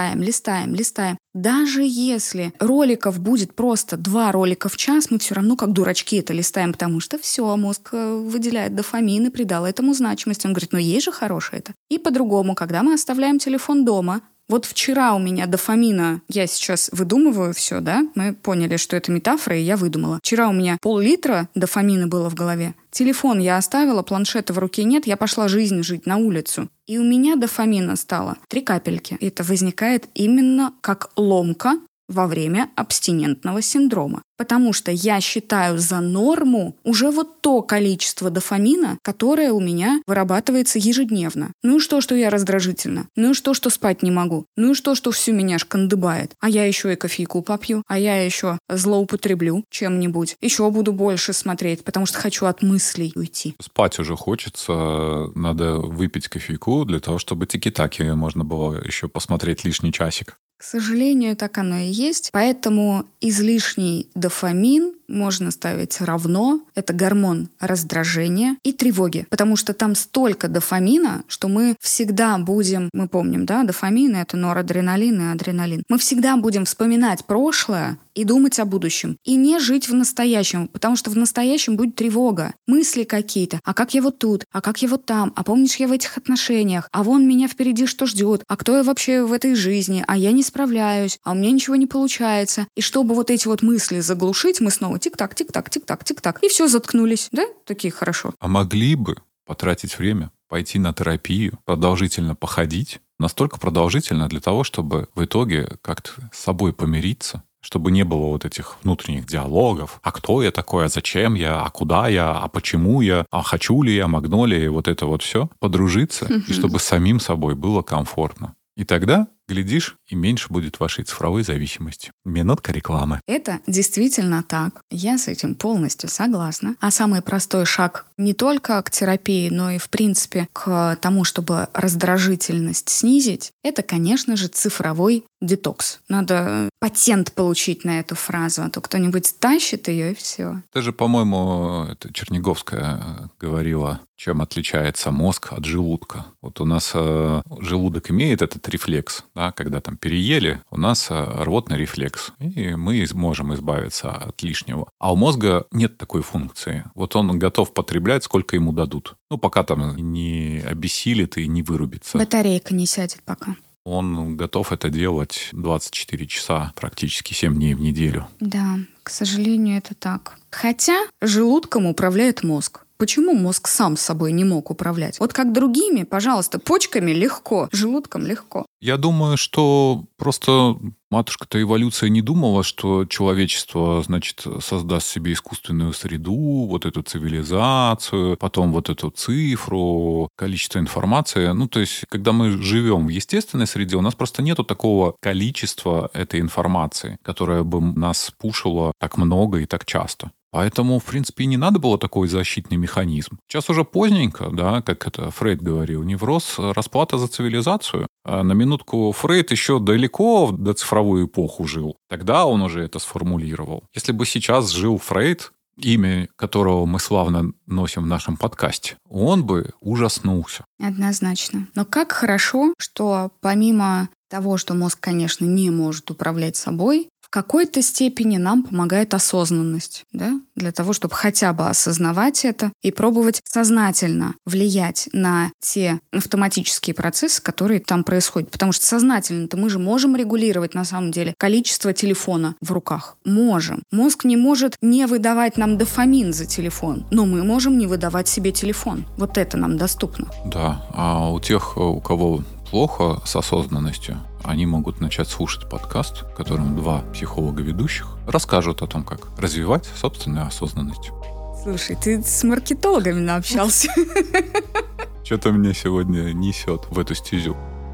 Листаем. Даже если роликов будет просто 2 ролика в час, мы все равно как дурачки это листаем, потому что все, мозг выделяет дофамин и придал этому значимость. Он говорит, есть же хорошее это. И по-другому, когда мы оставляем телефон дома, вот вчера у меня дофамина, я сейчас выдумываю все, да? Мы поняли, что это метафора, и я выдумала. Вчера у меня пол-литра дофамина было в голове. Телефон я оставила, планшета в руке нет, я пошла жизнь жить на улицу. И у меня дофамина стало 3 капельки. Это возникает именно как ломка во время абстинентного синдрома. Потому что я считаю за норму уже вот то количество дофамина, которое у меня вырабатывается ежедневно. Ну и что я раздражительна? Ну и что спать не могу? Ну и что всю меня шкандыбает? А я еще и кофейку попью, а я еще злоупотреблю чем-нибудь. Еще буду больше смотреть, потому что хочу от мыслей уйти. Спать уже хочется, надо выпить кофейку для того, чтобы тики-таки можно было еще посмотреть лишний часик. К сожалению, так оно и есть. Поэтому излишний дофамин можно ставить равно. Это гормон раздражения и тревоги. Потому что там столько дофамина, что мы всегда будем... Мы помним, да, дофамин — это норадреналин и адреналин. Мы всегда будем вспоминать прошлое и думать о будущем. И не жить в настоящем, потому что в настоящем будет тревога. Мысли какие-то. А как я вот тут? А как я вот там? А помнишь, я в этих отношениях? А вон меня впереди что ждет? А кто я вообще в этой жизни? А я не справляюсь. А у меня ничего не получается. И чтобы вот эти вот мысли заглушить, мы снова тик-так, тик-так, тик-так, тик-так. И все, заткнулись. Да? Такие хорошо. А могли бы потратить время, пойти на терапию, продолжительно походить, настолько продолжительно для того, чтобы в итоге как-то с собой помириться, чтобы не было вот этих внутренних диалогов. А кто я такой? А зачем я? А куда я? А почему я? А хочу ли я? Могно ли? И вот это вот все. Подружиться, и чтобы самим собой было комфортно. И тогда, глядишь, и меньше будет вашей цифровой зависимости. Минутка рекламы. Это действительно так. Я с этим полностью согласна. А самый простой шаг не только к терапии, но и, в принципе, к тому, чтобы раздражительность снизить, это, конечно же, цифровой детокс. Надо патент получить на эту фразу, а то кто-нибудь тащит ее, и все. Это же, по-моему, это Черниговская говорила, чем отличается мозг от желудка. Вот у нас желудок имеет этот рефлекс, да, когда там переели, у нас рвотный рефлекс, и мы можем избавиться от лишнего. А у мозга нет такой функции. Вот он готов потреблять, сколько ему дадут. Пока там не обессилит и не вырубится. Батарейка не сядет пока. Он готов это делать 24 часа, практически 7 дней в неделю. Да, к сожалению, это так. Хотя желудком управляет мозг. Почему мозг сам собой не мог управлять? Вот как другими, пожалуйста, почками легко, желудком легко. Я думаю, что просто матушка-то эволюция не думала, что человечество, значит, создаст себе искусственную среду, вот эту цивилизацию, потом вот эту цифру, количество информации. Ну, то есть, когда мы живем в естественной среде, у нас просто нету такого количества этой информации, которая бы нас пушила так много и так часто. Поэтому, в принципе, и не надо было такой защитный механизм. Сейчас уже поздненько, да, как это Фрейд говорил, невроз, расплата за цивилизацию. А на минутку Фрейд еще далеко до цифровую эпоху жил. Тогда он уже это сформулировал. Если бы сейчас жил Фрейд, имя которого мы славно носим в нашем подкасте, он бы ужаснулся. Однозначно. Но как хорошо, что помимо того, что мозг, конечно, не может управлять собой, в какой-то степени нам помогает осознанность, да? Для того, чтобы хотя бы осознавать это и пробовать сознательно влиять на те автоматические процессы, которые там происходят. Потому что сознательно-то мы же можем регулировать, на самом деле, количество телефона в руках. Можем. Мозг не может не выдавать нам дофамин за телефон, но мы можем не выдавать себе телефон. Вот это нам доступно. Да, а у тех, у кого плохо с осознанностью, они могут начать слушать подкаст, в котором 2 психолога-ведущих расскажут о том, как развивать собственную осознанность. Слушай, ты с маркетологами наобщался. Что-то меня сегодня несет в эту стезю.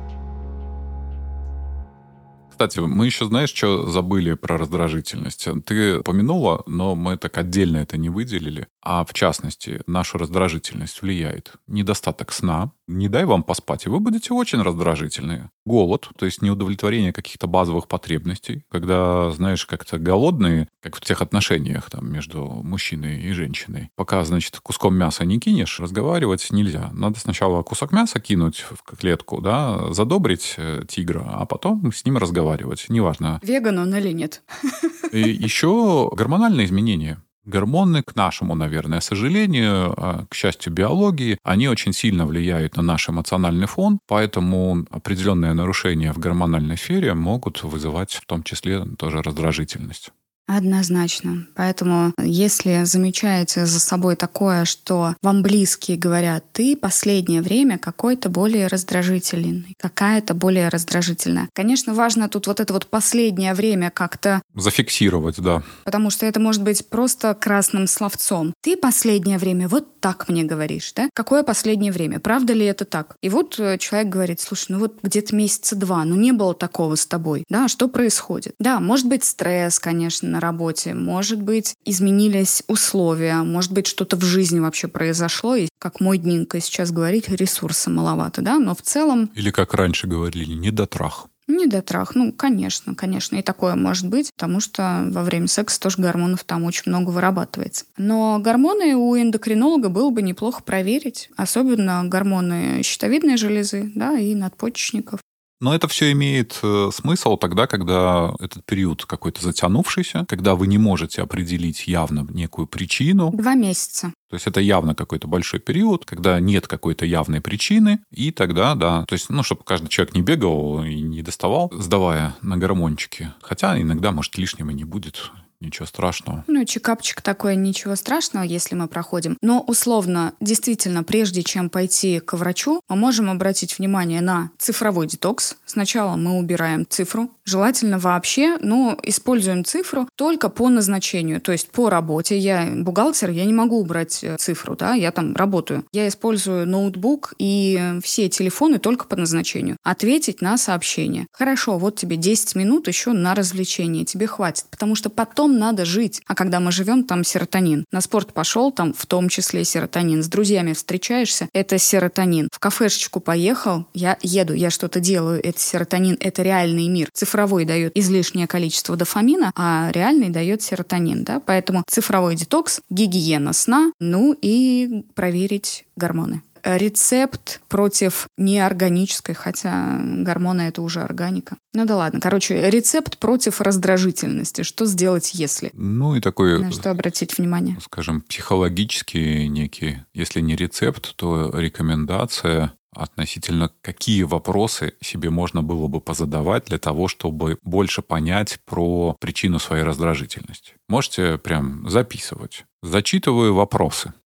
Кстати, мы еще, знаешь, что забыли про раздражительность? Ты упомянула, но мы так отдельно это не выделили. А в частности, нашу раздражительность влияет недостаток сна. Не дай вам поспать, и вы будете очень раздражительные. Голод, то есть неудовлетворение каких-то базовых потребностей. Когда, знаешь, как-то голодные, как в тех отношениях там, между мужчиной и женщиной. Пока, значит, куском мяса не кинешь, разговаривать нельзя. Надо сначала кусок мяса кинуть в клетку, да, задобрить тигра, а потом с ним разговаривать. Неважно. Веган он или нет. И еще гормональные изменения. Гормоны, к нашему, наверное, сожалению, к счастью биологии, они очень сильно влияют на наш эмоциональный фон, поэтому определенные нарушения в гормональной сфере могут вызывать в том числе тоже раздражительность. Однозначно. Поэтому, если замечаете за собой такое, что вам близкие говорят, ты последнее время какой-то более раздражительный, какая-то более раздражительная. Конечно, важно тут вот это вот последнее время как-то зафиксировать, да. Потому что это может быть просто красным словцом. Ты последнее время вот так мне говоришь, да? Какое последнее время? Правда ли это так? И вот человек говорит, слушай, ну вот где-то месяца 2, ну не было такого с тобой, да? Что происходит? Да, может быть стресс, конечно, на работе, может быть изменились условия, может быть что-то в жизни вообще произошло, и, как модненько сейчас говорить, ресурса маловато, да? Но в целом... Или как раньше говорили, недотрах. Недотрах, ну, конечно, и такое может быть, потому что во время секса тоже гормонов там очень много вырабатывается. Но гормоны у эндокринолога было бы неплохо проверить, особенно гормоны щитовидной железы, да, и надпочечников. Но это все имеет смысл тогда, когда этот период какой-то затянувшийся, когда вы не можете определить явно некую причину. 2 месяца. То есть это явно какой-то большой период, когда нет какой-то явной причины, и тогда, да, то есть, ну, чтобы каждый человек не бегал и не доставал, сдавая на гормончики. Хотя иногда, может, лишнего не будет. Ничего страшного. Ну, чекапчик такой, ничего страшного, если мы проходим. Но, условно, действительно, прежде чем пойти к врачу, мы можем обратить внимание на цифровой детокс. Сначала мы убираем цифру. Желательно вообще, но используем цифру только по назначению. То есть по работе. Я бухгалтер, я не могу убрать цифру, да, я там работаю. Я использую ноутбук и все телефоны только по назначению. Ответить на сообщение. Хорошо, вот тебе 10 минут еще на развлечение. Тебе хватит, потому что потом надо жить. А когда мы живем, там серотонин. На спорт пошел, там в том числе серотонин. С друзьями встречаешься, это серотонин. В кафешечку поехал, я еду, я что-то делаю, это серотонин, это реальный мир. Цифровой дает излишнее количество дофамина, а реальный дает серотонин. Да? Поэтому цифровой детокс, гигиена сна, ну и проверить гормоны. Рецепт против неорганической, хотя гормоны — это уже органика. Ну да ладно. Короче, рецепт против раздражительности. Что сделать, если? Ну и такой... На что обратить внимание? Скажем, психологический некий, если не рецепт, то рекомендация относительно какие вопросы себе можно было бы позадавать для того, чтобы больше понять про причину своей раздражительности. Можете прям записывать. Зачитываю вопросы.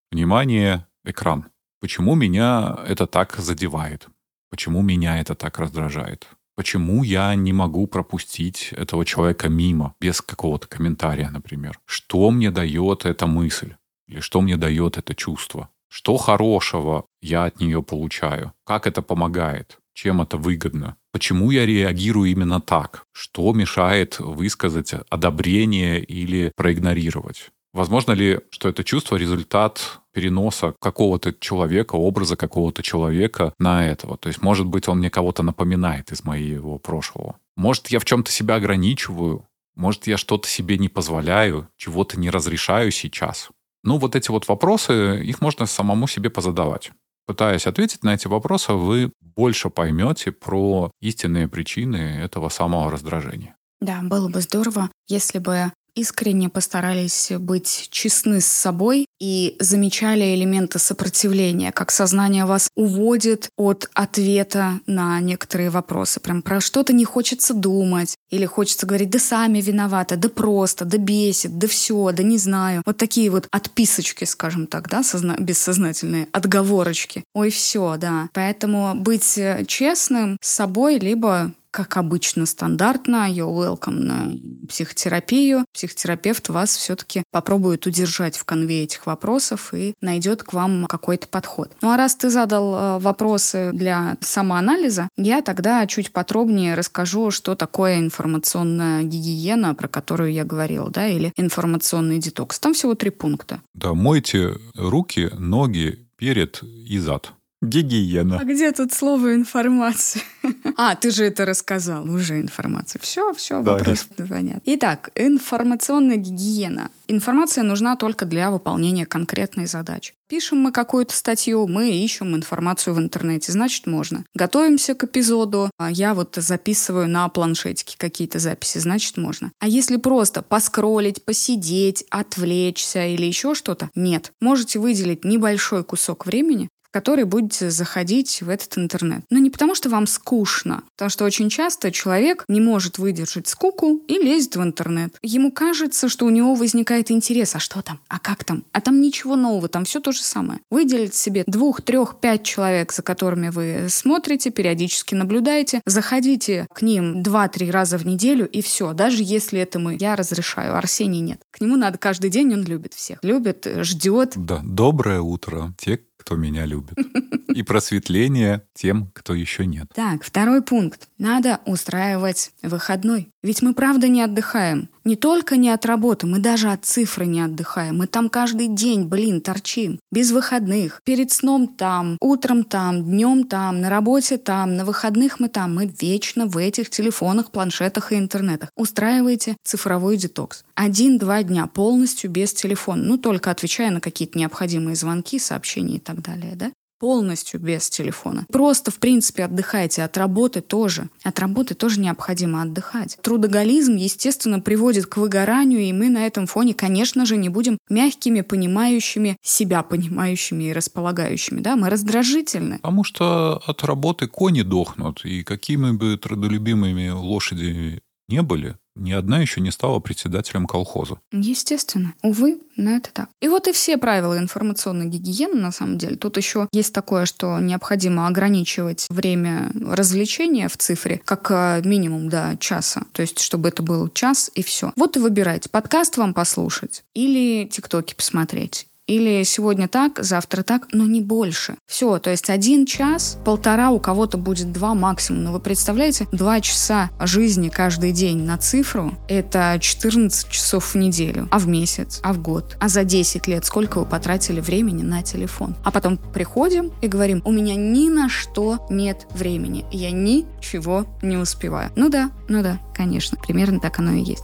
Внимание, экран. Почему меня это так задевает? Почему меня это так раздражает? Почему я не могу пропустить этого человека мимо, без какого-то комментария, например? Что мне дает эта мысль? Или что мне дает это чувство? Что хорошего я от нее получаю? Как это помогает? Чем это выгодно? Почему я реагирую именно так? Что мешает высказать одобрение или проигнорировать? Возможно ли, что это чувство — результат переноса какого-то человека, образа какого-то человека на этого? То есть, может быть, он мне кого-то напоминает из моего прошлого. Может, я в чем-то себя ограничиваю? Может, я что-то себе не позволяю, чего-то не разрешаю сейчас? Ну, вот эти вот вопросы, их можно самому себе позадавать. Пытаясь ответить на эти вопросы, вы больше поймете про истинные причины этого самого раздражения. Да, было бы здорово, если бы искренне постарались быть честны с собой и замечали элементы сопротивления, как сознание вас уводит от ответа на некоторые вопросы. Прям про что-то не хочется думать, или хочется говорить: да сами виноваты, да просто, да бесит, да все, да не знаю. Вот такие вот отписочки, скажем так, да, бессознательные, отговорочки. Ой, все, да. Поэтому быть честным с собой, либо, как обычно, стандартно, you're welcome на психотерапию. Психотерапевт вас все-таки попробует удержать в конве этих вопросов и найдет к вам какой-то подход. Ну а раз ты задал вопросы для самоанализа, я тогда чуть подробнее расскажу, что такое информационная гигиена, про которую я говорила, да, или информационный детокс. Там всего 3 пункта. Да, мойте руки, ноги, перед и зад. Гигиена. А где тут слово «информация»? Ты же это рассказал. Уже информация. Все, Да, вопрос понятен. Итак, информационная гигиена. Информация нужна только для выполнения конкретной задачи. Пишем мы какую-то статью, мы ищем информацию в интернете, значит, можно. Готовимся к эпизоду, я вот записываю на планшетике какие-то записи, значит, можно. А если просто поскроллить, посидеть, отвлечься или еще что-то, нет. Можете выделить небольшой кусок времени, в который будете заходить в этот интернет. Но не потому, что вам скучно, потому что очень часто человек не может выдержать скуку и лезет в интернет. Ему кажется, что у него возникает интерес. А что там? А как там? А там ничего нового, там все то же самое. Выделите себе 2, 3, 5 человек, за которыми вы смотрите, периодически наблюдаете, заходите к ним 2-3 раза в неделю, и все. Даже если это я разрешаю, Арсений нет. К нему надо каждый день, он любит всех. Любит, ждет. Да, доброе утро, те, кто меня любит. И просветление тем, кто еще нет. Так, 2 пункт. Надо устраивать выходной. Ведь мы правда не отдыхаем. Не только не от работы, мы даже от цифры не отдыхаем. Мы там каждый день, торчим. Без выходных. Перед сном там, утром там, днем там, на работе там, на выходных мы там. Мы вечно в этих телефонах, планшетах и интернетах. Устраивайте цифровой детокс. 1-2 дня полностью без телефона. Только отвечая на какие-то необходимые звонки, сообщения и так далее, да? Полностью без телефона. Просто, в принципе, отдыхайте. От работы тоже. От работы тоже необходимо отдыхать. Трудоголизм, естественно, приводит к выгоранию, и мы на этом фоне, конечно же, не будем мягкими, понимающими, себя понимающими и располагающими. Да? Мы раздражительны. Потому что от работы кони дохнут, и какими бы трудолюбимыми лошади не были, ни одна еще не стала председателем колхоза. Естественно. Увы, но это так. И вот и все правила информационной гигиены, на самом деле. Тут еще есть такое, что необходимо ограничивать время развлечения в цифре как минимум до часа. То есть, чтобы это был час и все. Вот и выбирайте. Подкаст вам послушать или тиктоки посмотреть. Или сегодня так, завтра так, но не больше. Все, то есть 1 час, 1,5, у кого-то будет 2 максимум. Но вы представляете, 2 часа жизни каждый день на цифру — это 14 часов в неделю, а в месяц, а в год. А за 10 лет сколько вы потратили времени на телефон? А потом приходим и говорим: у меня ни на что нет времени, я ничего не успеваю. Ну да, конечно, примерно так оно и есть.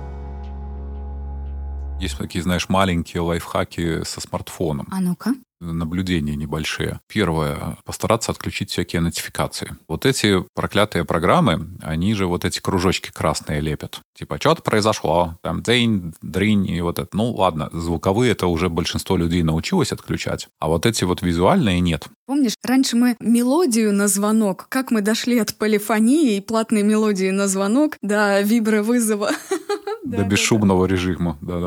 Есть такие, знаешь, маленькие лайфхаки со смартфоном. А ну-ка. Наблюдения небольшие. Первое. Постараться отключить всякие нотификации. Вот эти проклятые программы, они же вот эти кружочки красные лепят. Типа, что-то произошло, там, дзынь, дрынь, и вот это. Ну, ладно, звуковые это уже большинство людей научилось отключать, а вот эти вот визуальные нет. Помнишь, раньше мы мелодию на звонок, как мы дошли от полифонии и платной мелодии на звонок до вибровызова. До бесшумного режима, да-да-да.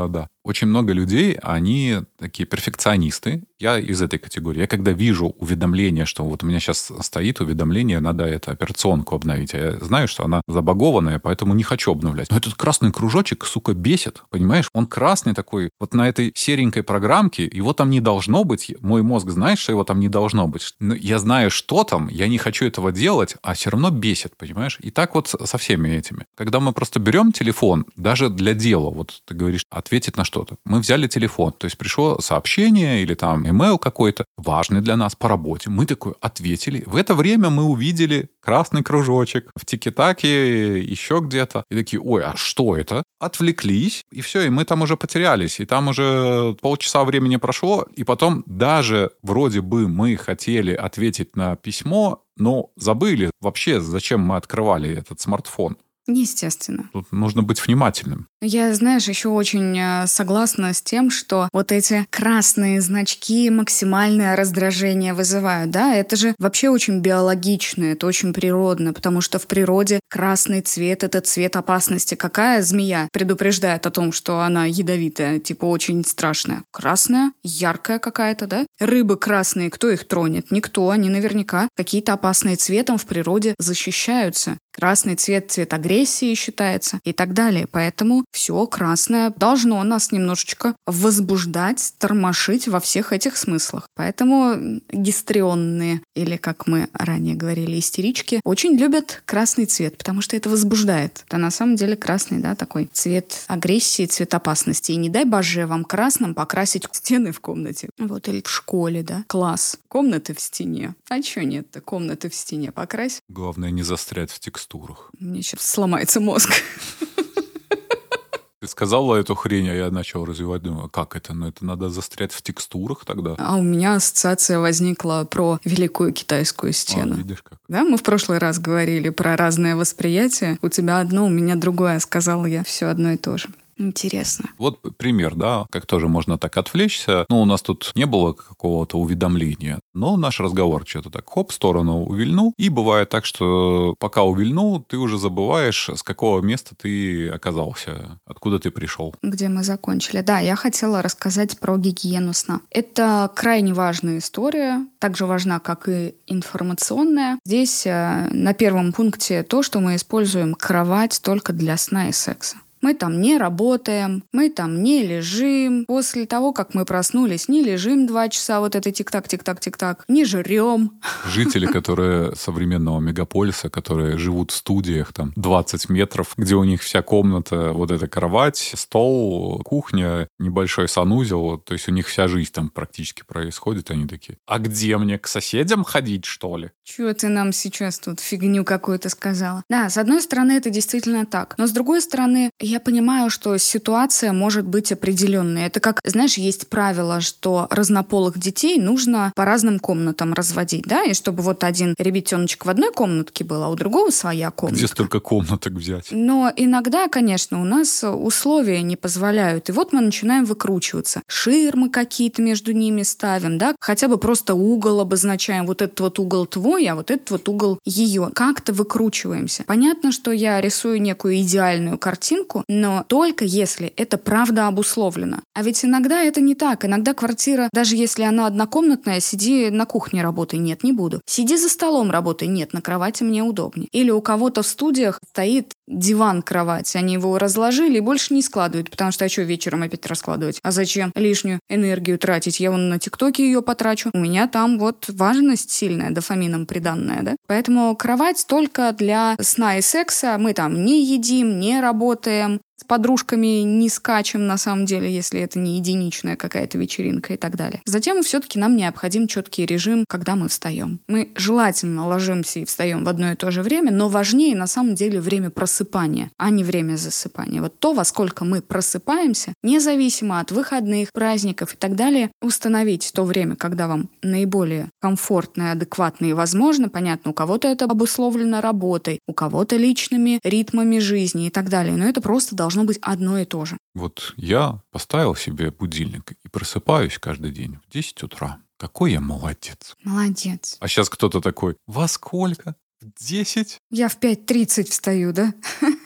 Очень много людей, они такие перфекционисты. Я из этой категории. Я когда вижу уведомление, что вот у меня сейчас стоит уведомление, надо операционку обновить. А я знаю, что она забагованная, поэтому не хочу обновлять. Но этот красный кружочек, сука, бесит. Понимаешь? Он красный такой. Вот на этой серенькой программке, его там не должно быть. Мой мозг знает, что его там не должно быть. Но я знаю, что там, я не хочу этого делать, а все равно бесит, понимаешь? И так вот со всеми этими. Когда мы просто берем телефон, даже для дела, вот ты говоришь, ответить на что-то. Мы взяли телефон, то есть пришло сообщение или там имейл какой-то, важный для нас по работе. Мы такой ответили. В это время мы увидели красный кружочек в Тики-Таки, еще где-то. И такие, ой, а что это? Отвлеклись, и все, и мы там уже потерялись. И там уже полчаса времени прошло, и потом даже вроде бы мы хотели ответить на письмо, но забыли вообще, зачем мы открывали этот смартфон. Естественно. Тут нужно быть внимательным. Я, знаешь, еще очень согласна с тем, что вот эти красные значки максимальное раздражение вызывают, да, это же вообще очень биологично, это очень природно, потому что в природе красный цвет — это цвет опасности. Какая змея предупреждает о том, что она ядовитая, типа очень страшная? Красная, яркая какая-то, да? Рыбы красные, кто их тронет? Никто, они наверняка какие-то опасные цветом в природе защищаются. Красный цвет — цвет агрессии считается и так далее. Поэтому все красное должно нас немножечко возбуждать, тормошить во всех этих смыслах. Поэтому гистрионные, или, как мы ранее говорили, истерички, очень любят красный цвет, потому что это возбуждает. Это на самом деле красный, да, такой цвет агрессии, цвет опасности. И не дай боже вам красным покрасить стены в комнате. Вот, или в школе, да. Класс. Комнаты в стене. А чё нет-то? Комнаты в стене покрась. Главное не застрять в текстурах. Мне сейчас сломается мозг. Ты сказала эту хрень, а я начал развивать, думаю, как это? Ну, это надо застрять в текстурах тогда. А у меня ассоциация возникла про Великую Китайскую стену. Видишь как. Да, мы в прошлый раз говорили про разное восприятие. У тебя одно, у меня другое, сказала я. Все одно и то же. Интересно. Вот пример, да, как тоже можно так отвлечься. Ну, у нас тут не было какого-то уведомления, но наш разговор что-то так, хоп, в сторону увильнул. И бывает так, что пока увильнул, ты уже забываешь, с какого места ты оказался, откуда ты пришел. Где мы закончили. Да, я хотела рассказать про гигиену сна. Это крайне важная история, так же важна, как и информационная. Здесь на первом пункте то, что мы используем кровать только для сна и секса. Мы там не работаем, мы там не лежим. После того, как мы проснулись, не лежим 2 часа, вот это тик-так, не жрем. Жители, которые современного мегаполиса, которые живут в студиях, там, 20 метров, где у них вся комната, вот эта кровать, стол, кухня, небольшой санузел, то есть у них вся жизнь там практически происходит, они такие, а где мне, к соседям ходить, что ли? Чего ты нам сейчас тут фигню какую-то сказала? Да, с одной стороны, это действительно так. Но с другой стороны, я понимаю, что ситуация может быть определенной. Это как, знаешь, есть правило, что разнополых детей нужно по разным комнатам разводить, да, и чтобы вот один ребятеночек в одной комнатке был, а у другого своя комната. Где столько комнаток взять? Но иногда, конечно, у нас условия не позволяют, и вот мы начинаем выкручиваться. Ширмы какие-то между ними ставим, да, хотя бы просто угол обозначаем, вот этот вот угол твой, а вот этот вот угол ее. Как-то выкручиваемся. Понятно, что я рисую некую идеальную картинку, но только если это правда обусловлено. А ведь иногда это не так. Иногда квартира, даже если она однокомнатная, сиди на кухне работай. Нет, не буду. Сиди за столом работай. Нет, на кровати мне удобнее. Или у кого-то в студиях стоит диван-кровать. Они его разложили и больше не складывают, потому что, а что вечером опять раскладывать? А зачем лишнюю энергию тратить? Я вон на ТикТоке ее потрачу. У меня там вот важность сильная, дофамином приданная, да? Поэтому кровать только для сна и секса. Мы там не едим, не работаем, с подружками не скачем, на самом деле, если это не единичная какая-то вечеринка и так далее. Затем все-таки нам необходим четкий режим, когда мы встаем. Мы желательно ложимся и встаем в одно и то же время, но важнее на самом деле время просыпания, а не время засыпания. Вот то, во сколько мы просыпаемся, независимо от выходных, праздников и так далее, установить то время, когда вам наиболее комфортно и адекватно и возможно. Понятно, у кого-то это обусловлено работой, у кого-то личными ритмами жизни и так далее. Но это просто должно быть одно и то же. Вот я поставил себе будильник и просыпаюсь каждый день в 10 утра. Какой я молодец. Молодец. А сейчас кто-то такой, во сколько? В 10? Я в 5:30 встаю, да?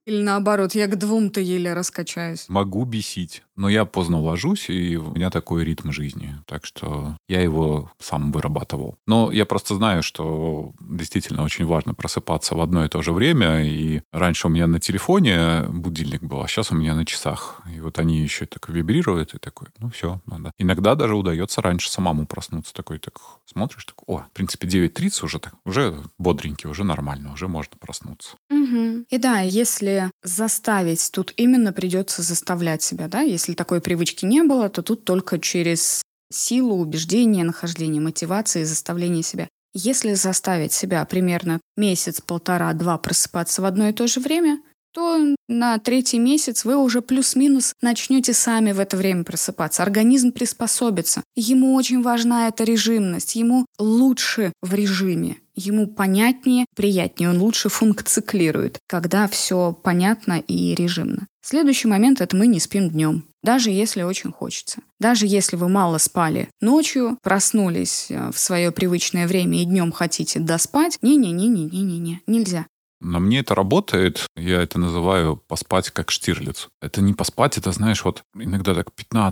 Или наоборот, я к 2 еле раскачаюсь. Могу бесить. Но я поздно ложусь, и у меня такой ритм жизни. Так что я его сам вырабатывал. Но я просто знаю, что действительно очень важно просыпаться в одно и то же время. И раньше у меня на телефоне будильник был, а сейчас у меня на часах. И вот они еще так вибрируют, и такой, ну все, надо. Иногда даже удается раньше самому проснуться. Такой, так смотришь, так, о, в принципе, 9:30 уже так, уже бодренький, уже нормально, уже можно проснуться. Мгм. И да, если заставить, тут именно придется заставлять себя, да, если такой привычки не было, то тут только через силу, убеждение, нахождение мотивации, заставление себя. Если заставить себя примерно месяц, 1,5-2 просыпаться в одно и то же время, то на 3-й месяц вы уже плюс-минус начнете сами в это время просыпаться. Организм приспособится. Ему очень важна эта режимность. Ему лучше в режиме. Ему понятнее, приятнее. Он лучше функциклирует, когда все понятно и режимно. Следующий момент — это мы не спим днем. Даже если очень хочется. Даже если вы мало спали ночью, проснулись в свое привычное время и днем хотите доспать, не-не-не-не-не-не, нельзя. На мне это работает, я это называю поспать как Штирлиц. Это не поспать, это, знаешь, вот иногда так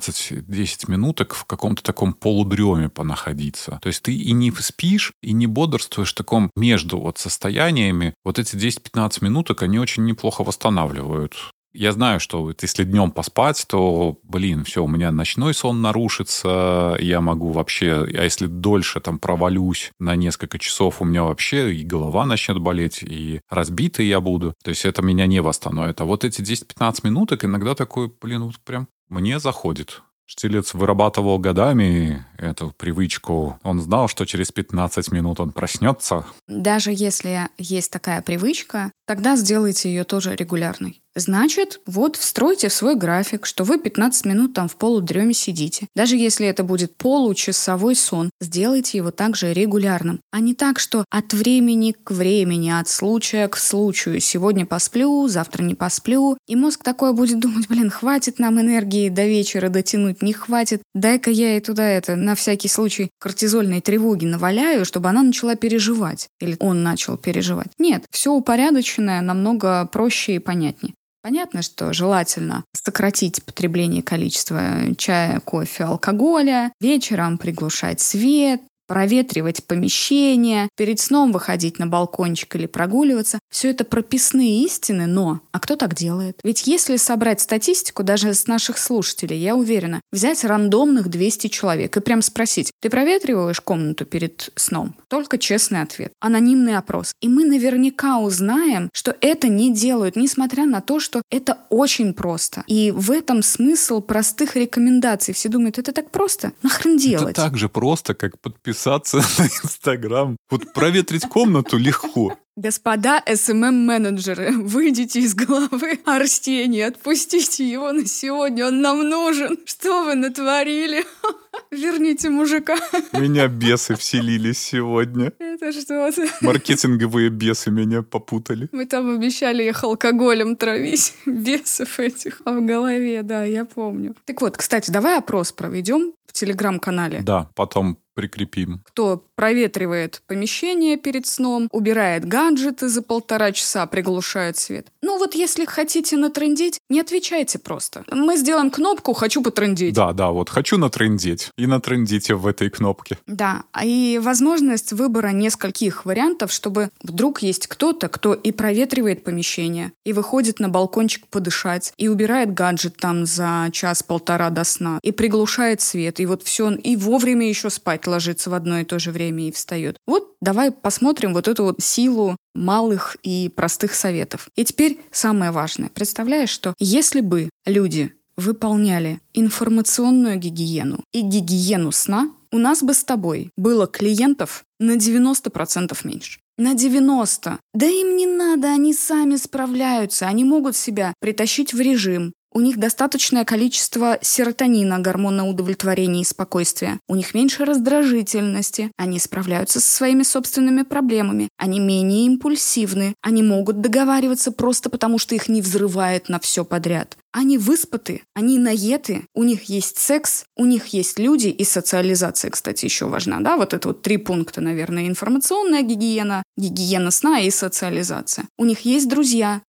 15-10 минуток в каком-то таком полудреме понаходиться. То есть ты и не спишь, и не бодрствуешь в таком между вот состояниями. Вот эти 10-15 минуток, они очень неплохо восстанавливают. Я знаю, что вот если днем поспать, то, все, у меня ночной сон нарушится, я могу вообще, а если дольше там провалюсь на несколько часов, у меня вообще и голова начнет болеть, и разбитый я буду. То есть это меня не восстановит. А вот эти 10-15 минуток иногда такой, вот прям мне заходит. Штирлиц вырабатывал годами эту привычку. Он знал, что через 15 минут он проснется. Даже если есть такая привычка, тогда сделайте ее тоже регулярной. Значит, вот встройте в свой график, что вы 15 минут там в полудреме сидите. Даже если это будет получасовой сон, сделайте его также регулярным. А не так, что от времени к времени, от случая к случаю. Сегодня посплю, завтра не посплю. И мозг такой будет думать, хватит нам энергии до вечера дотянуть, не хватит. Дай-ка я ей туда на всякий случай кортизольной тревоги наваляю, чтобы она начала переживать. Или он начал переживать. Нет, все упорядоченное намного проще и понятнее. Понятно, что желательно сократить потребление количества чая, кофе, алкоголя, вечером приглушать свет, проветривать помещение, перед сном выходить на балкончик или прогуливаться. Все это прописные истины, но... А кто так делает? Ведь если собрать статистику, даже с наших слушателей, я уверена, взять рандомных 200 человек и прям спросить, ты проветриваешь комнату перед сном? Только честный ответ. Анонимный опрос. И мы наверняка узнаем, что это не делают, несмотря на то, что это очень просто. И в этом смысл простых рекомендаций. Все думают, это так просто? Нахрен делать? Это так же просто, как подписаться на Инстаграм. Вот проветрить комнату легко. Господа СММ-менеджеры, выйдите из головы Арсения, отпустите его на сегодня, он нам нужен. Что вы натворили? Верните мужика. Меня бесы вселились сегодня. Это что-то. Маркетинговые бесы меня попутали. Мы там обещали их алкоголем травить, бесов этих. А в голове, да, я помню. Так вот, кстати, давай опрос проведем в Телеграм-канале. Да, потом прикрепим. Кто проветривает помещение перед сном, убирает гаджеты за 1,5 часа, приглушает свет. Ну вот если хотите натрындеть, не отвечайте просто. Мы сделаем кнопку «Хочу потрындеть». Да, вот хочу натрындеть. И натрындите в этой кнопке. Да, и возможность выбора нескольких вариантов, чтобы вдруг есть кто-то, кто и проветривает помещение, и выходит на балкончик подышать, и убирает гаджет там за 1-1,5 до сна, и приглушает свет, и вот все, и вовремя еще спать ложится в одно и то же время и встает. Вот давай посмотрим вот эту вот силу малых и простых советов. И теперь самое важное. Представляешь, что если бы люди выполняли информационную гигиену и гигиену сна, у нас бы с тобой было клиентов на 90% меньше. На 90%. Да им не надо, они сами справляются. Они могут себя притащить в режим. У них достаточное количество серотонина, гормона удовлетворения и спокойствия. У них меньше раздражительности. Они справляются со своими собственными проблемами. Они менее импульсивны. Они могут договариваться просто потому, что их не взрывает на все подряд. Они выспаты, они наеты, у них есть секс, у них есть люди, и социализация, кстати, еще важна, да? Вот это вот 3 пункта, наверное. Информационная гигиена, гигиена сна и социализация. У них есть друзья,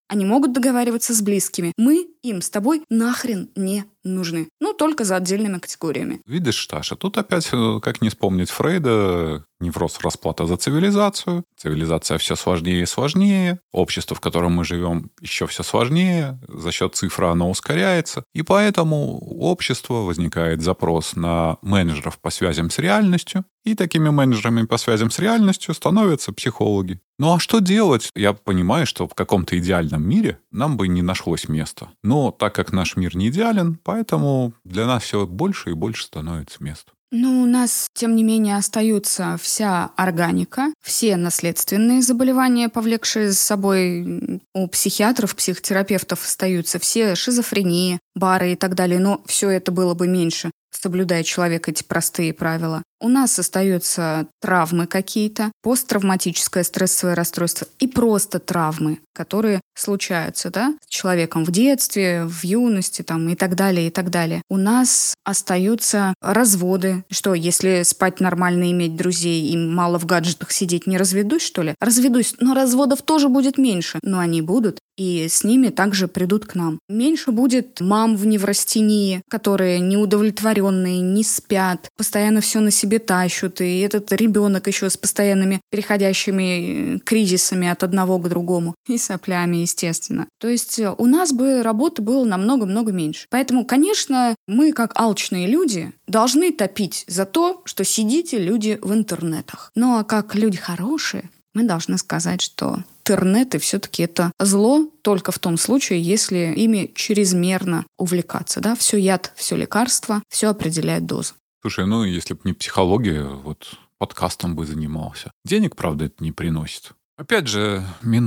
Они могут договариваться с близкими. Мы им с тобой нахрен не нужны. Ну, только за отдельными категориями. Видишь, Таша, тут опять, как не вспомнить Фрейда, невроз расплата за цивилизацию. Цивилизация все сложнее и сложнее. Общество, в котором мы живем, еще все сложнее. За счет цифры оно ускоряется. И поэтому у общества возникает запрос на менеджеров по связям с реальностью. И такими менеджерами по связям с реальностью становятся психологи. Ну а что делать? Я понимаю, что в каком-то идеальном мире нам бы не нашлось места. Но так как наш мир не идеален, поэтому для нас все больше и больше становится места. Ну, у нас, тем не менее, остаются вся органика, все наследственные заболевания, повлекшие за собой у психиатров, психотерапевтов, остаются все шизофрении, бары и так далее. Но все это было бы меньше, соблюдая человек эти простые правила. У нас остаются травмы какие-то, посттравматическое стрессовое расстройство и просто травмы, которые случаются, да, с человеком в детстве, в юности там, и так далее, и так далее. У нас остаются разводы. Что, если спать нормально, иметь друзей и мало в гаджетах сидеть, не разведусь, что ли? Разведусь, но разводов тоже будет меньше. Но они будут, и с ними также придут к нам. Меньше будет мам в неврастении, которые неудовлетворенные, не спят, постоянно все на себе тащут, и этот ребенок еще с постоянными переходящими кризисами от одного к другому, и соплями, естественно. То есть у нас бы работы было намного-много меньше. Поэтому, конечно, мы, как алчные люди, должны топить за то, что сидите люди в интернетах. Ну а как люди хорошие, мы должны сказать, что интернеты все-таки это зло только в том случае, если ими чрезмерно увлекаться. Да? Все яд, все лекарство, все определяет дозу. Слушай, ну если бы не психология, вот подкастом бы занимался. Денег, правда, это не приносит. Опять же,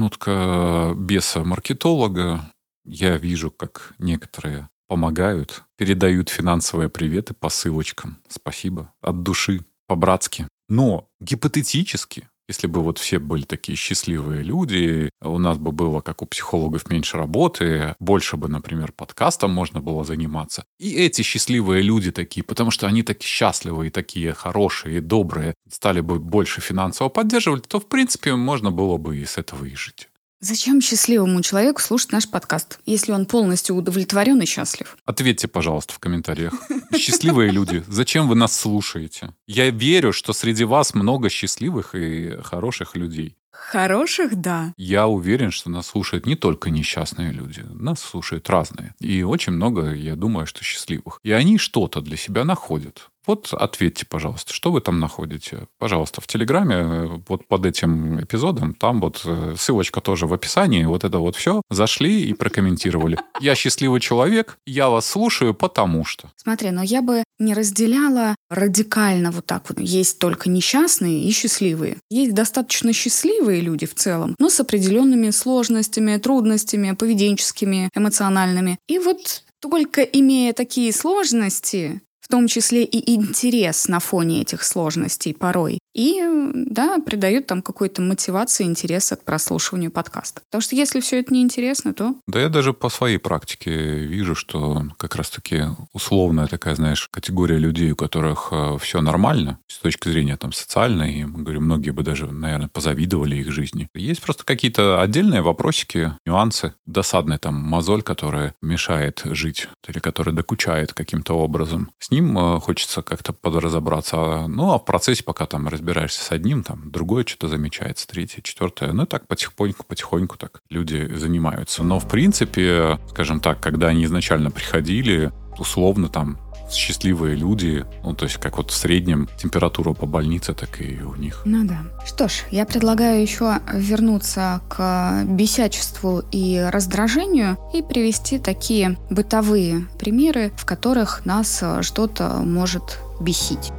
минутка беса-маркетолога. Я вижу, как некоторые помогают, передают финансовые приветы по ссылочкам. Спасибо. От души, по-братски. Но гипотетически, если бы вот все были такие счастливые люди, у нас бы было, как у психологов, меньше работы, больше бы, например, подкастом можно было заниматься. И эти счастливые люди такие, потому что они такие счастливые, такие хорошие и добрые, стали бы больше финансово поддерживать, то, в принципе, можно было бы и с этого и жить. Зачем счастливому человеку слушать наш подкаст, если он полностью удовлетворен и счастлив? Ответьте, пожалуйста, в комментариях. Счастливые люди, зачем вы нас слушаете? Я верю, что среди вас много счастливых и хороших людей. Хороших, да. Я уверен, что нас слушают не только несчастные люди. Нас слушают разные. И очень много, я думаю, что счастливых. И они что-то для себя находят. Вот ответьте, пожалуйста, что вы там находите? Пожалуйста, в Телеграме, вот под этим эпизодом, там вот ссылочка тоже в описании, вот это вот все, зашли и прокомментировали. Я счастливый человек, я вас слушаю, потому что. Смотри, но я бы не разделяла радикально вот так вот. Есть только несчастные и счастливые. Есть достаточно счастливые люди в целом, но с определенными сложностями, трудностями, поведенческими, эмоциональными. И вот только имея такие сложности, в том числе и интерес на фоне этих сложностей порой. И, да, придают там какой-то мотивации, интереса к прослушиванию подкаста. Потому что если все это неинтересно, то... Да я даже по своей практике вижу, что как раз-таки условная такая, знаешь, категория людей, у которых все нормально с точки зрения там социальной, и, говорю, многие бы даже, наверное, позавидовали их жизни. Есть просто какие-то отдельные вопросики, нюансы, досадная там мозоль, которая мешает жить, или которая докучает каким-то образом. С ним хочется как-то подразобраться. Ну, а в процессе, пока там разбираешься с одним, там другое что-то замечается, третье, четвертое. Ну, и так потихоньку так люди занимаются. Но, в принципе, скажем так, когда они изначально приходили, условно там счастливые люди, ну, то есть как вот в среднем температура по больнице, так и у них. Ну да. Что ж, я предлагаю еще вернуться к бесячеству и раздражению и привести такие бытовые примеры, в которых нас что-то может бесить.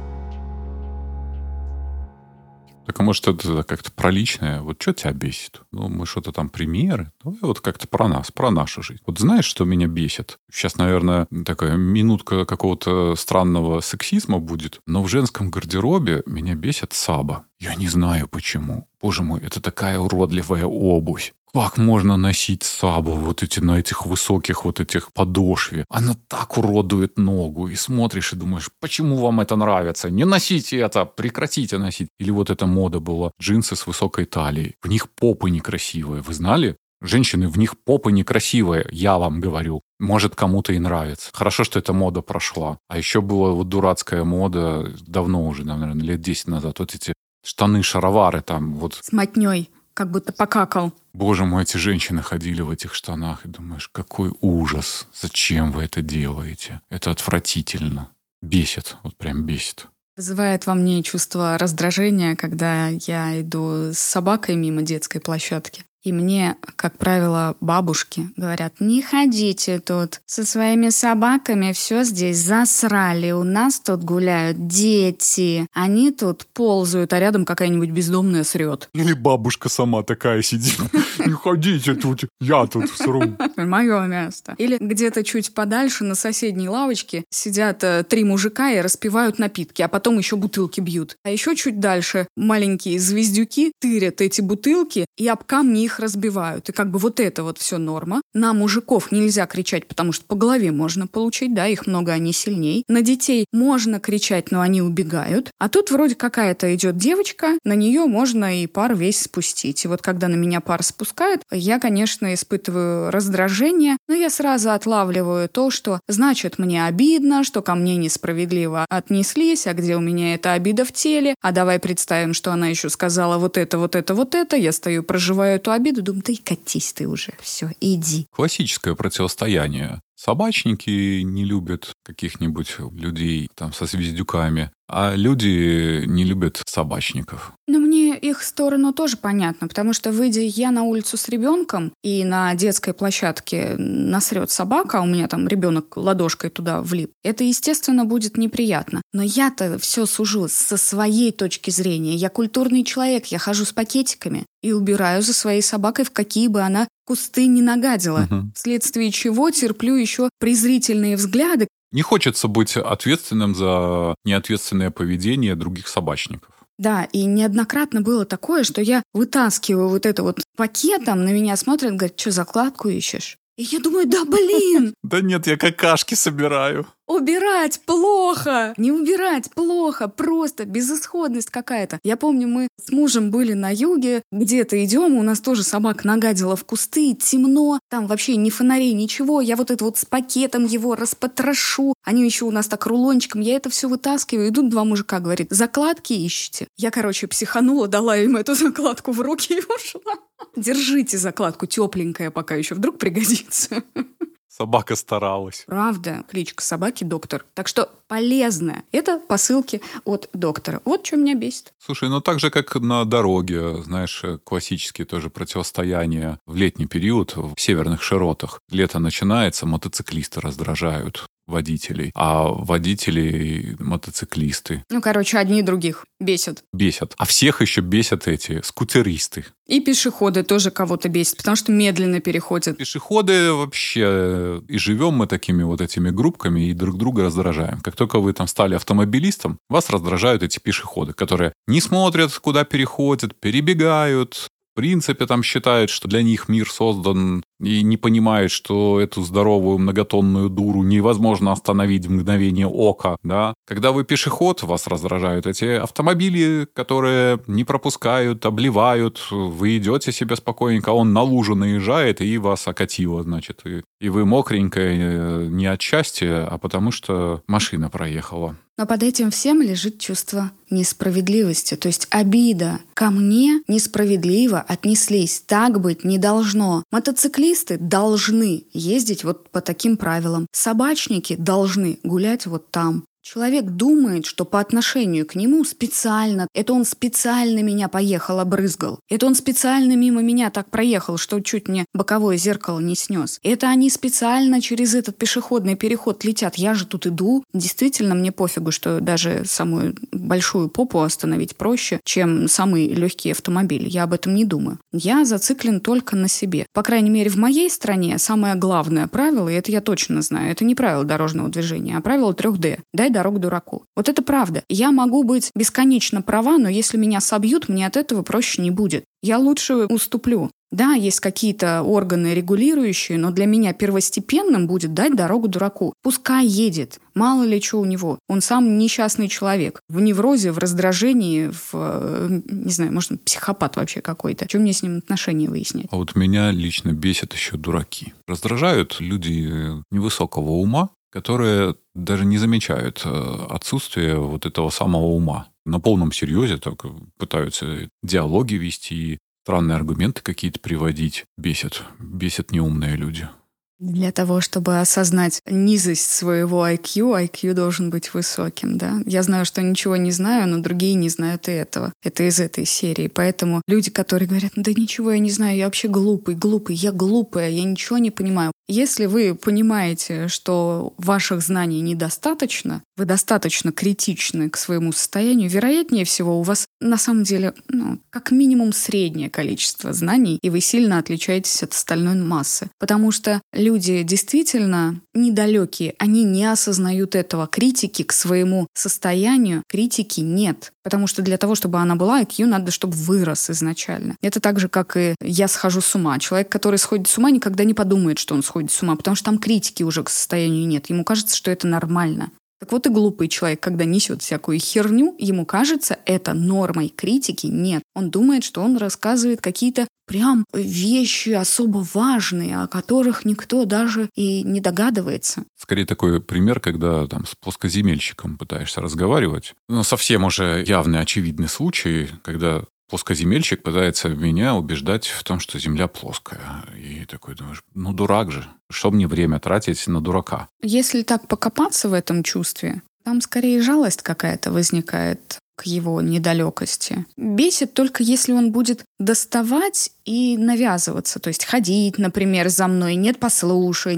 Так, а может, это как-то про личное? Вот что тебя бесит? Ну, мы что-то там примеры. Давай вот как-то про нас, про нашу жизнь. Вот знаешь, что меня бесит? Сейчас, наверное, такая минутка какого-то странного сексизма будет, но в женском гардеробе меня бесит Саба. Я не знаю почему. Боже мой, это такая уродливая обувь. Как можно носить Сабу вот эти на этих высоких вот этих подошве? Она так уродует ногу. И смотришь и думаешь, почему вам это нравится? Не носите это, прекратите носить. Или вот эта мода была, джинсы с высокой талией. В них попы некрасивые. Вы знали? Женщины, в них попы некрасивые, я вам говорю. Может, кому-то и нравится. Хорошо, что эта мода прошла. А еще была вот дурацкая мода, давно уже, наверное, лет 10 назад. Вот эти штаны, шаровары там вот. С мотней, как будто покакал. Боже мой, эти женщины ходили в этих штанах. И думаешь, какой ужас. Зачем вы это делаете? Это отвратительно. Бесит, вот прям бесит. Вызывает во мне чувство раздражения, когда я иду с собакой мимо детской площадки. И мне, как правило, бабушки говорят: не ходите тут со своими собаками, все здесь засрали, у нас тут гуляют дети, они тут ползают, а рядом какая-нибудь бездомная срет. Или бабушка сама такая сидит. Не ходите тут, я тут сру. Мое место. Или где-то чуть подальше на соседней лавочке сидят 3 мужика и распивают напитки, а потом еще бутылки бьют. А еще чуть дальше маленькие звездюки тырят эти бутылки и об камни их разбивают. И как бы вот это вот все норма. На мужиков нельзя кричать, потому что по голове можно получить, да, их много, они сильней. На детей можно кричать, но они убегают. А тут вроде какая-то идет девочка, на нее можно и пар весь спустить. И вот когда на меня пар спускают, я, конечно, испытываю раздражение, но я сразу отлавливаю то, что значит мне обидно, что ко мне несправедливо отнеслись, а где у меня эта обида в теле, а давай представим, что она еще сказала вот это, вот это, вот это, я стою, проживаю эту обиду, думаю, да и катись ты уже, все, иди. Классическое противостояние. Собачники не любят каких-нибудь людей там со звездюками, а люди не любят собачников. Но мне их сторону тоже понятно, потому что, выйдя я на улицу с ребенком, и на детской площадке насрет собака, а у меня там ребенок ладошкой туда влип, это, естественно, будет неприятно. Но я-то все сужу со своей точки зрения. Я культурный человек, я хожу с пакетиками и убираю за своей собакой, в какие бы она кусты не нагадила. Вследствие чего терплю еще презрительные взгляды. Не хочется быть ответственным за неответственное поведение других собачников. Да, и неоднократно было такое, что я вытаскиваю вот это вот пакетом, на меня смотрят, говорят: что, закладку ищешь? И я думаю, да блин! Да нет, я какашки собираю. Убирать плохо! Не убирать плохо, просто безысходность какая-то. Я помню, мы с мужем были на юге, где-то идем, у нас тоже собака нагадила в кусты, темно, там вообще ни фонарей, ничего. Я вот это вот с пакетом его распотрошу. Они еще у нас так рулончиком, я это все вытаскиваю. Идут 2 мужика, говорит: закладки ищете? Я, психанула, дала им эту закладку в руки и ушла. Держите закладку, тепленькая, пока еще вдруг пригодится. Собака старалась. Правда, кличка собаки доктор. Так что полезно. Это посылки от доктора. Вот что меня бесит. Слушай, ну так же, как на дороге, знаешь, классические тоже противостояния в летний период в северных широтах. Лето начинается, мотоциклисты раздражают водителей, а водители мотоциклисты. Одни других бесят. Бесят. А всех еще бесят эти скутеристы. И пешеходы тоже кого-то бесят, потому что медленно переходят. Пешеходы вообще... И живем мы такими вот этими группками и друг друга раздражаем. Как только вы там стали автомобилистом, вас раздражают эти пешеходы, которые не смотрят, куда переходят, перебегают. В принципе, там считают, что для них мир создан, и не понимают, что эту здоровую многотонную дуру невозможно остановить в мгновение ока, да. Когда вы пешеход, вас раздражают эти автомобили, которые не пропускают, обливают, вы идете себе спокойненько, он на лужу наезжает и вас окатило, значит. И вы мокренькая не от счастья, а потому что машина проехала. Но под этим всем лежит чувство несправедливости, то есть обида. Ко мне несправедливо отнеслись, так быть не должно. Мотоциклисты должны ездить вот по таким правилам. Собачники должны гулять вот там. Человек думает, что по отношению к нему специально, это он специально меня поехал, обрызгал. Это он специально мимо меня так проехал, что чуть мне боковое зеркало не снес. Это они специально через этот пешеходный переход летят. Я же тут иду. Действительно, мне пофигу, что даже самую большую попу остановить проще, чем самый легкий автомобиль. Я об этом не думаю. Я зациклен только на себе. По крайней мере, в моей стране самое главное правило, и это я точно знаю, это не правило дорожного движения, а правило 3D. Дай дорогу дураку. Вот это правда. Я могу быть бесконечно права, но если меня собьют, мне от этого проще не будет. Я лучше уступлю. Да, есть какие-то органы регулирующие, но для меня первостепенным будет дать дорогу дураку. Пускай едет. Мало ли что у него. Он сам несчастный человек. В неврозе, в раздражении, не знаю, может, он психопат вообще какой-то. Чем мне с ним отношения выяснять? А вот меня лично бесят еще дураки. Раздражают люди невысокого ума, которые даже не замечают отсутствие вот этого самого ума. На полном серьезе так пытаются диалоги вести, странные аргументы какие-то приводить. Бесят неумные люди. Для того, чтобы осознать низость своего IQ должен быть высоким, да. Я знаю, что ничего не знаю, но другие не знают и этого. Это из этой серии. Поэтому люди, которые говорят, да ничего я не знаю, я вообще глупый, я глупая, я ничего не понимаю. Если вы понимаете, что ваших знаний недостаточно, вы достаточно критичны к своему состоянию, вероятнее всего у вас на самом деле как минимум среднее количество знаний, и вы сильно отличаетесь от остальной массы. Потому что люди действительно недалекие, они не осознают этого. Критики к своему состоянию, критики нет. Потому что для того, чтобы она была, IQ надо, чтобы вырос изначально. Это так же, как и я схожу с ума. Человек, который сходит с ума, никогда не подумает, что он сходит с ума, потому что там критики уже к состоянию нет. Ему кажется, что это нормально. Так вот и глупый человек, когда несет всякую херню, ему кажется, это нормой. Критики нет. Он думает, что он рассказывает какие-то прям вещи особо важные, о которых никто даже и не догадывается. Скорее такой пример, когда там с плоскоземельщиком пытаешься разговаривать. Совсем уже явный, очевидный случай, когда плоскоземельщик пытается меня убеждать в том, что Земля плоская. И такой думаешь, дурак же. Что мне время тратить на дурака? Если так покопаться в этом чувстве, там скорее жалость какая-то возникает к его недалекости. Бесит только если он будет доставать и навязываться. То есть ходить, например, за мной. Нет, послушай.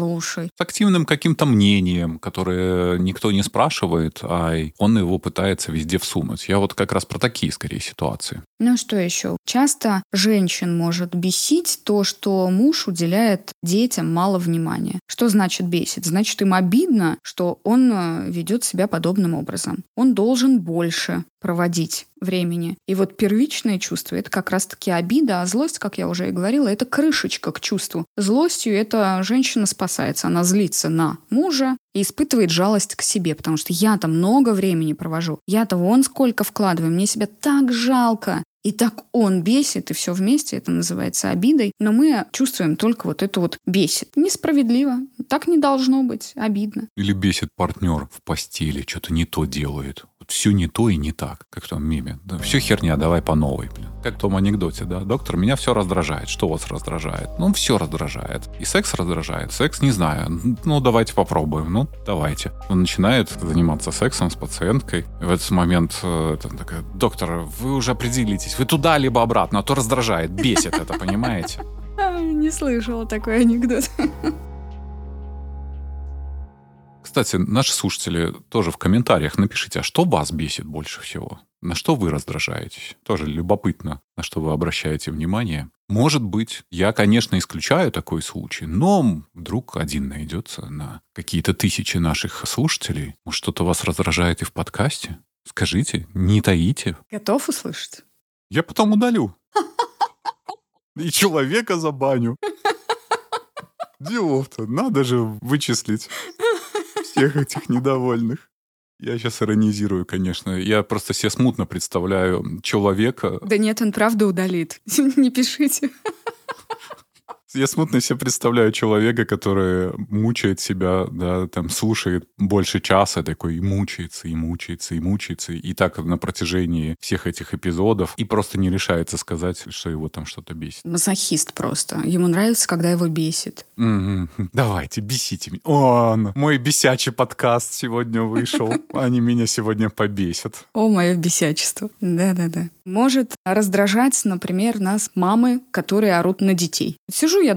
С активным каким-то мнением, которое никто не спрашивает, а он его пытается везде всунуть. Я вот как раз про такие, скорее, ситуации. Ну что еще? Часто женщин может бесить то, что муж уделяет детям мало внимания. Что значит бесит? Значит, им обидно, что он ведет себя подобным образом. Он должен больше проводить времени. И вот первичное чувство — это как раз-таки обида, а злость, как я уже и говорила, это крышечка к чувству. Злостью эта женщина спасается. Она злится на мужа и испытывает жалость к себе, потому что я-то много времени провожу. Я-то вон сколько вкладываю, мне себя так жалко. И так он бесит, и все вместе, это называется обидой. Но мы чувствуем только вот это вот бесит. Несправедливо. Так не должно быть. Обидно. Или бесит партнер в постели, что-то не то делает. Вот все не то и не так, как в том меме. Да, все херня, давай по новой. Как в том анекдоте, да? Доктор, меня все раздражает. Что вас раздражает? Все раздражает. И секс раздражает. Секс, не знаю. Давайте попробуем. Давайте. Он начинает заниматься сексом с пациенткой. И в этот момент такая, доктор, вы уже определитесь. Вы туда, либо обратно, а то раздражает, бесит это, понимаете? Не слышала такой анекдот. Кстати, наши слушатели тоже в комментариях напишите, а что вас бесит больше всего? На что вы раздражаетесь? Тоже любопытно, на что вы обращаете внимание. Может быть, я, конечно, исключаю такой случай, но вдруг один найдется на какие-то тысячи наших слушателей. Может, что-то вас раздражает и в подкасте? Скажите, не таите. Готов услышать? Я потом удалю. И человека забаню. Делов-то, надо же вычислить всех этих недовольных. Я сейчас иронизирую, конечно. Я просто себе смутно представляю человека. Да нет, он правда удалит. Не пишите. Я смутно себе представляю человека, который мучает себя, да, там, слушает больше часа, такой и мучается, и так на протяжении всех этих эпизодов, и просто не решается сказать, что его там что-то бесит. Мазохист просто. Ему нравится, когда его бесит. Давайте, бесите меня. Мой бесячий подкаст сегодня вышел. Они меня сегодня побесят. О, мое бесячество. Да-да-да. Может раздражать, например, нас мамы, которые орут на детей. Сижу я дома,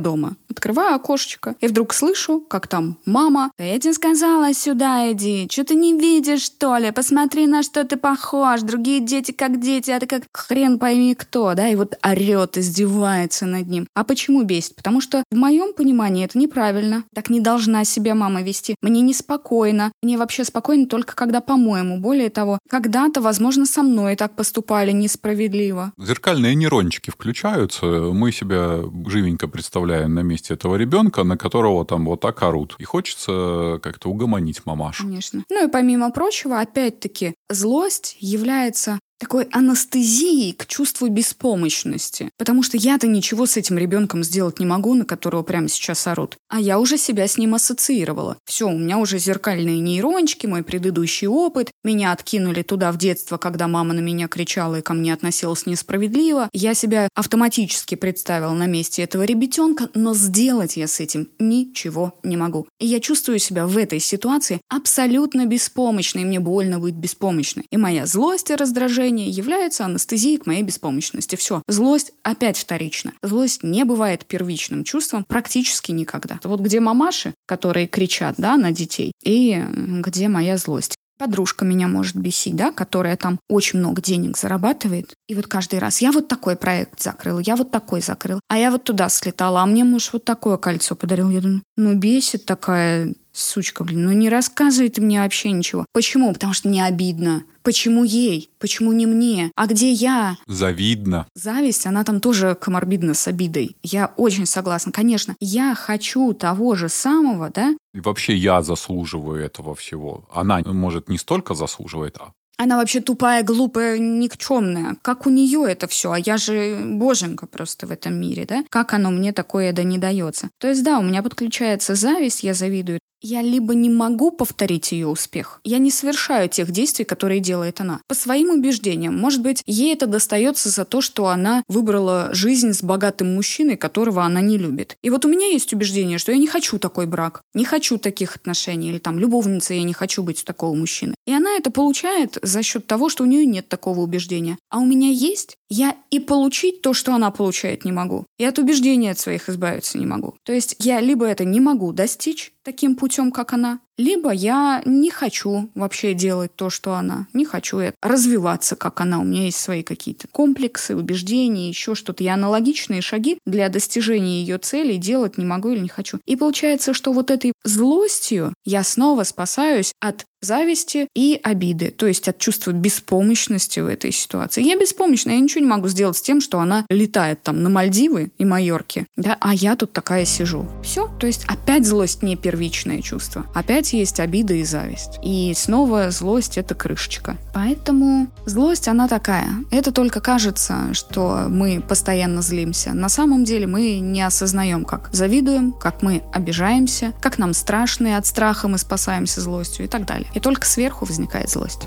Открываю окошечко и вдруг слышу, как там мама: «Да я тебе сказала, сюда иди, что ты не видишь, что ли? Посмотри, на что ты похож, другие дети как дети, а ты как хрен пойми кто», да, и вот орет, издевается над ним. А почему бесит? Потому что в моем понимании это неправильно. Так не должна себя мама вести. Мне неспокойно. Мне вообще спокойно только когда, по-моему. Более того, когда-то, возможно, со мной так поступали несправедливо. Зеркальные нейрончики включаются, мы себя живенько представляем на месте этого ребенка, на которого там вот так орут. И хочется как-то угомонить мамашу. Конечно. Ну и помимо прочего, опять-таки, злость является такой анестезией к чувству беспомощности. Потому что я-то ничего с этим ребенком сделать не могу, на которого прямо сейчас орут. А я уже себя с ним ассоциировала. Все, у меня уже зеркальные нейрончики, мой предыдущий опыт. Меня откинули туда в детство, когда мама на меня кричала и ко мне относилась несправедливо. Я себя автоматически представила на месте этого ребятенка, но сделать я с этим ничего не могу. И я чувствую себя в этой ситуации абсолютно беспомощной. И мне больно быть беспомощной. И моя злость и раздражение является анестезией к моей беспомощности. Все. Злость опять вторична. Злость не бывает первичным чувством практически никогда. Вот где мамаши, которые кричат, да, на детей, и где моя злость. Подружка меня может бесить, да, которая там очень много денег зарабатывает. И вот каждый раз: я вот такой проект закрыла, я вот такой закрыла, а я вот туда слетала, а мне муж вот такое кольцо подарил. Я думаю, бесит такая сучка, не рассказывает мне вообще ничего. Почему? Потому что мне обидно. Почему ей? Почему не мне? А где я? Завидно. Зависть, она там тоже коморбидна с обидой. Я очень согласна. Конечно, я хочу того же самого, да? И вообще я заслуживаю этого всего. Она, может, не столько заслуживает, а она вообще тупая, глупая, никчемная. Как у нее это все? А я же боженька просто в этом мире, да? Как оно мне такое да не дается? То есть да, у меня подключается зависть, я завидую. Я либо не могу повторить ее успех, я не совершаю тех действий, которые делает она. По своим убеждениям, может быть, ей это достается за то, что она выбрала жизнь с богатым мужчиной, которого она не любит. И вот у меня есть убеждение, что я не хочу такой брак, не хочу таких отношений, или там любовница, я не хочу быть у такого мужчины. И она это получает за счет того, что у нее нет такого убеждения. А у меня есть. Я и получить то, что она получает, не могу. И от убеждений от своих избавиться не могу. То есть я либо это не могу достичь таким путем, как она, либо я не хочу вообще делать то, что она. Не хочу развиваться, как она. У меня есть свои какие-то комплексы, убеждения, еще что-то. Я аналогичные шаги для достижения ее целей делать не могу или не хочу. И получается, что вот этой злостью я снова спасаюсь от зависти и обиды, то есть от чувства беспомощности в этой ситуации. Я беспомощна, я ничего не могу сделать с тем, что она летает там на Мальдивы и Майорке, да, а я тут такая сижу. Все, то есть опять злость не первичное чувство, опять есть обида и зависть. И снова злость — это крышечка. Поэтому злость, она такая. Это только кажется, что мы постоянно злимся. На самом деле мы не осознаем, как завидуем, как мы обижаемся, как нам страшно, и от страха мы спасаемся злостью и так далее. И только сверху возникает злость.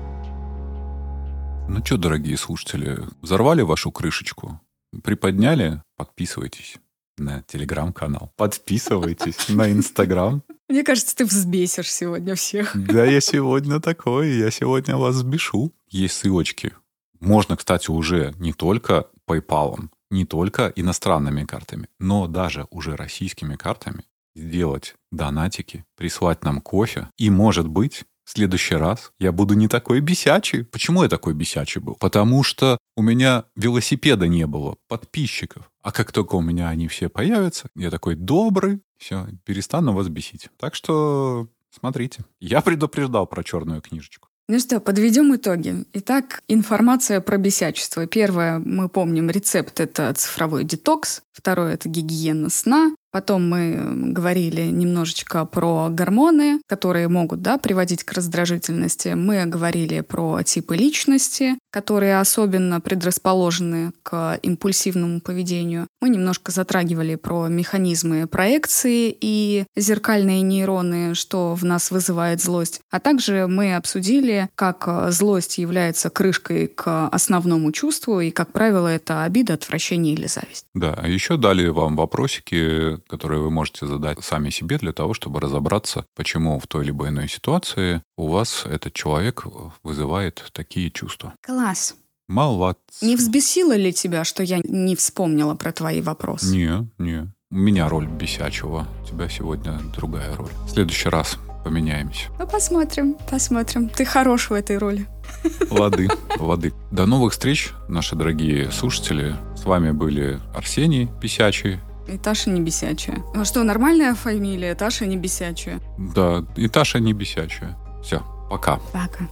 Ну что, дорогие слушатели, взорвали вашу крышечку? Приподняли? Подписывайтесь на телеграм-канал. Подписывайтесь на Инстаграм. Мне кажется, ты взбесишь сегодня всех. Да, я сегодня такой, я сегодня вас взбешу. Есть ссылочки. Можно, кстати, уже не только PayPal, не только иностранными картами, но даже уже российскими картами сделать донатики, прислать нам кофе. И, может быть, в следующий раз я буду не такой бесячий. Почему я такой бесячий был? Потому что у меня велосипеда не было, подписчиков. А как только у меня они все появятся, я такой добрый, все, перестану вас бесить. Так что смотрите. Я предупреждал про черную книжечку. Ну что, подведем итоги. Итак, информация про бесячество. Первое, мы помним, рецепт — это цифровой детокс. Второе — это гигиена сна. Потом мы говорили немножечко про гормоны, которые могут, да, приводить к раздражительности. Мы говорили про типы личности, которые особенно предрасположены к импульсивному поведению. Мы немножко затрагивали про механизмы проекции и зеркальные нейроны, что в нас вызывает злость. А также мы обсудили, как злость является крышкой к основному чувству, и, как правило, это обида, отвращение или зависть. Да, а еще дали вам вопросики, которые вы можете задать сами себе для того, чтобы разобраться, почему в той либо иной ситуации у вас этот человек вызывает такие чувства. Класс. Молодцы. Не взбесило ли тебя, что я не вспомнила про твои вопросы? Не. У меня роль бесячего, у тебя сегодня другая роль. В следующий раз поменяемся. Ну, посмотрим. Ты хорош в этой роли. Лады. До новых встреч, наши дорогие слушатели. С вами были Арсений Бесячий. И Таша не бесячая. А что, нормальная фамилия? Таша не бесячая. Да, и Таша не бесячая. Все, пока. Пока.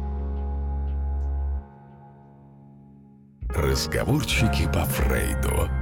Разговорчики по Фрейду.